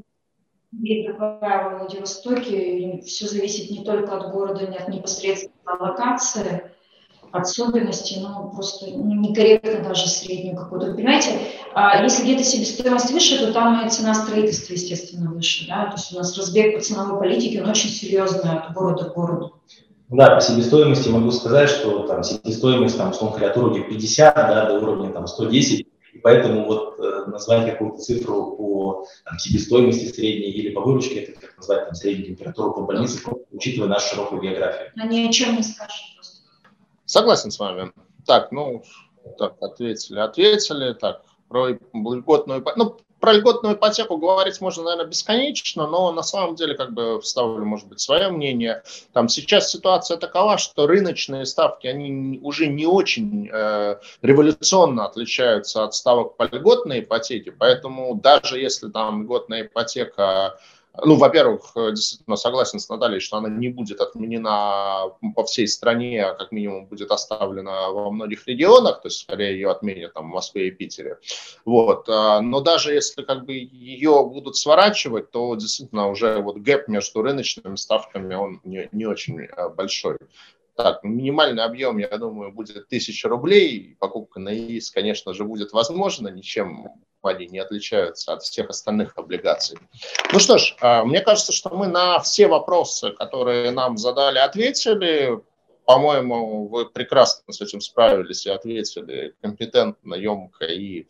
и другая в Владивостоке. Все зависит не только от города, не от непосредственно локации, особенностей, но просто некорректно даже среднюю какую-то. Понимаете, если где-то себестоимость выше, то там и цена строительства, естественно, выше. Да? То есть у нас разбег по ценовой политике, он очень серьезный от города к городу. Да, по себестоимости могу сказать, что там себестоимость, там, условно говоря, от уровня пятьдесят, да, до уровня там, сто десять. И поэтому вот э, назвать какую-то цифру по там, себестоимости средней или по выручке, это как назвать там, среднюю температуру по больнице, учитывая нашу широкую географию. Они о чем не скажут просто. Согласен с вами. Так, ну, так, ответили, ответили. Так, про льготную, ну, про льготную ипотеку говорить можно, наверное, бесконечно, но на самом деле, как бы, вставлю, может быть, свое мнение. Там сейчас ситуация такова, что рыночные ставки, они уже не очень э, революционно отличаются от ставок по льготной ипотеке, поэтому даже если там льготная ипотека... Ну, во-первых, действительно согласен с Натальей, что она не будет отменена по всей стране, а как минимум будет оставлена во многих регионах, то есть скорее ее отменят там в Москве и Питере. Вот. Но даже если как бы ее будут сворачивать, то действительно уже вот гэп между рыночными ставками, он не, не очень большой. Так, минимальный объем, я думаю, будет тысяча рублей. Покупка на ИИС, конечно же, будет возможна, ничем они не отличаются от всех остальных облигаций. Ну что ж, мне кажется, что мы на все вопросы, которые нам задали, ответили. По-моему, вы прекрасно с этим справились и ответили компетентно, емко и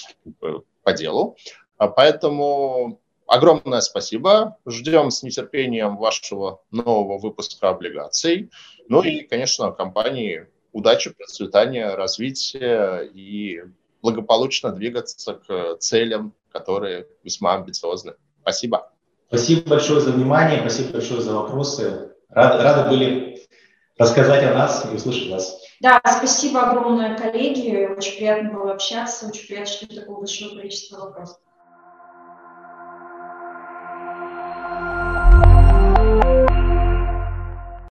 по делу. Поэтому огромное спасибо. Ждем с нетерпением вашего нового выпуска облигаций. Ну и, конечно, компании удачи, процветания, развития и благополучно двигаться к целям, которые весьма амбициозны. Спасибо. Спасибо большое за внимание, спасибо большое за вопросы. Рады, рады были рассказать о нас и услышать вас. Да, спасибо огромное, коллеги. Очень приятно было общаться, очень приятно, что такое большое количество вопросов.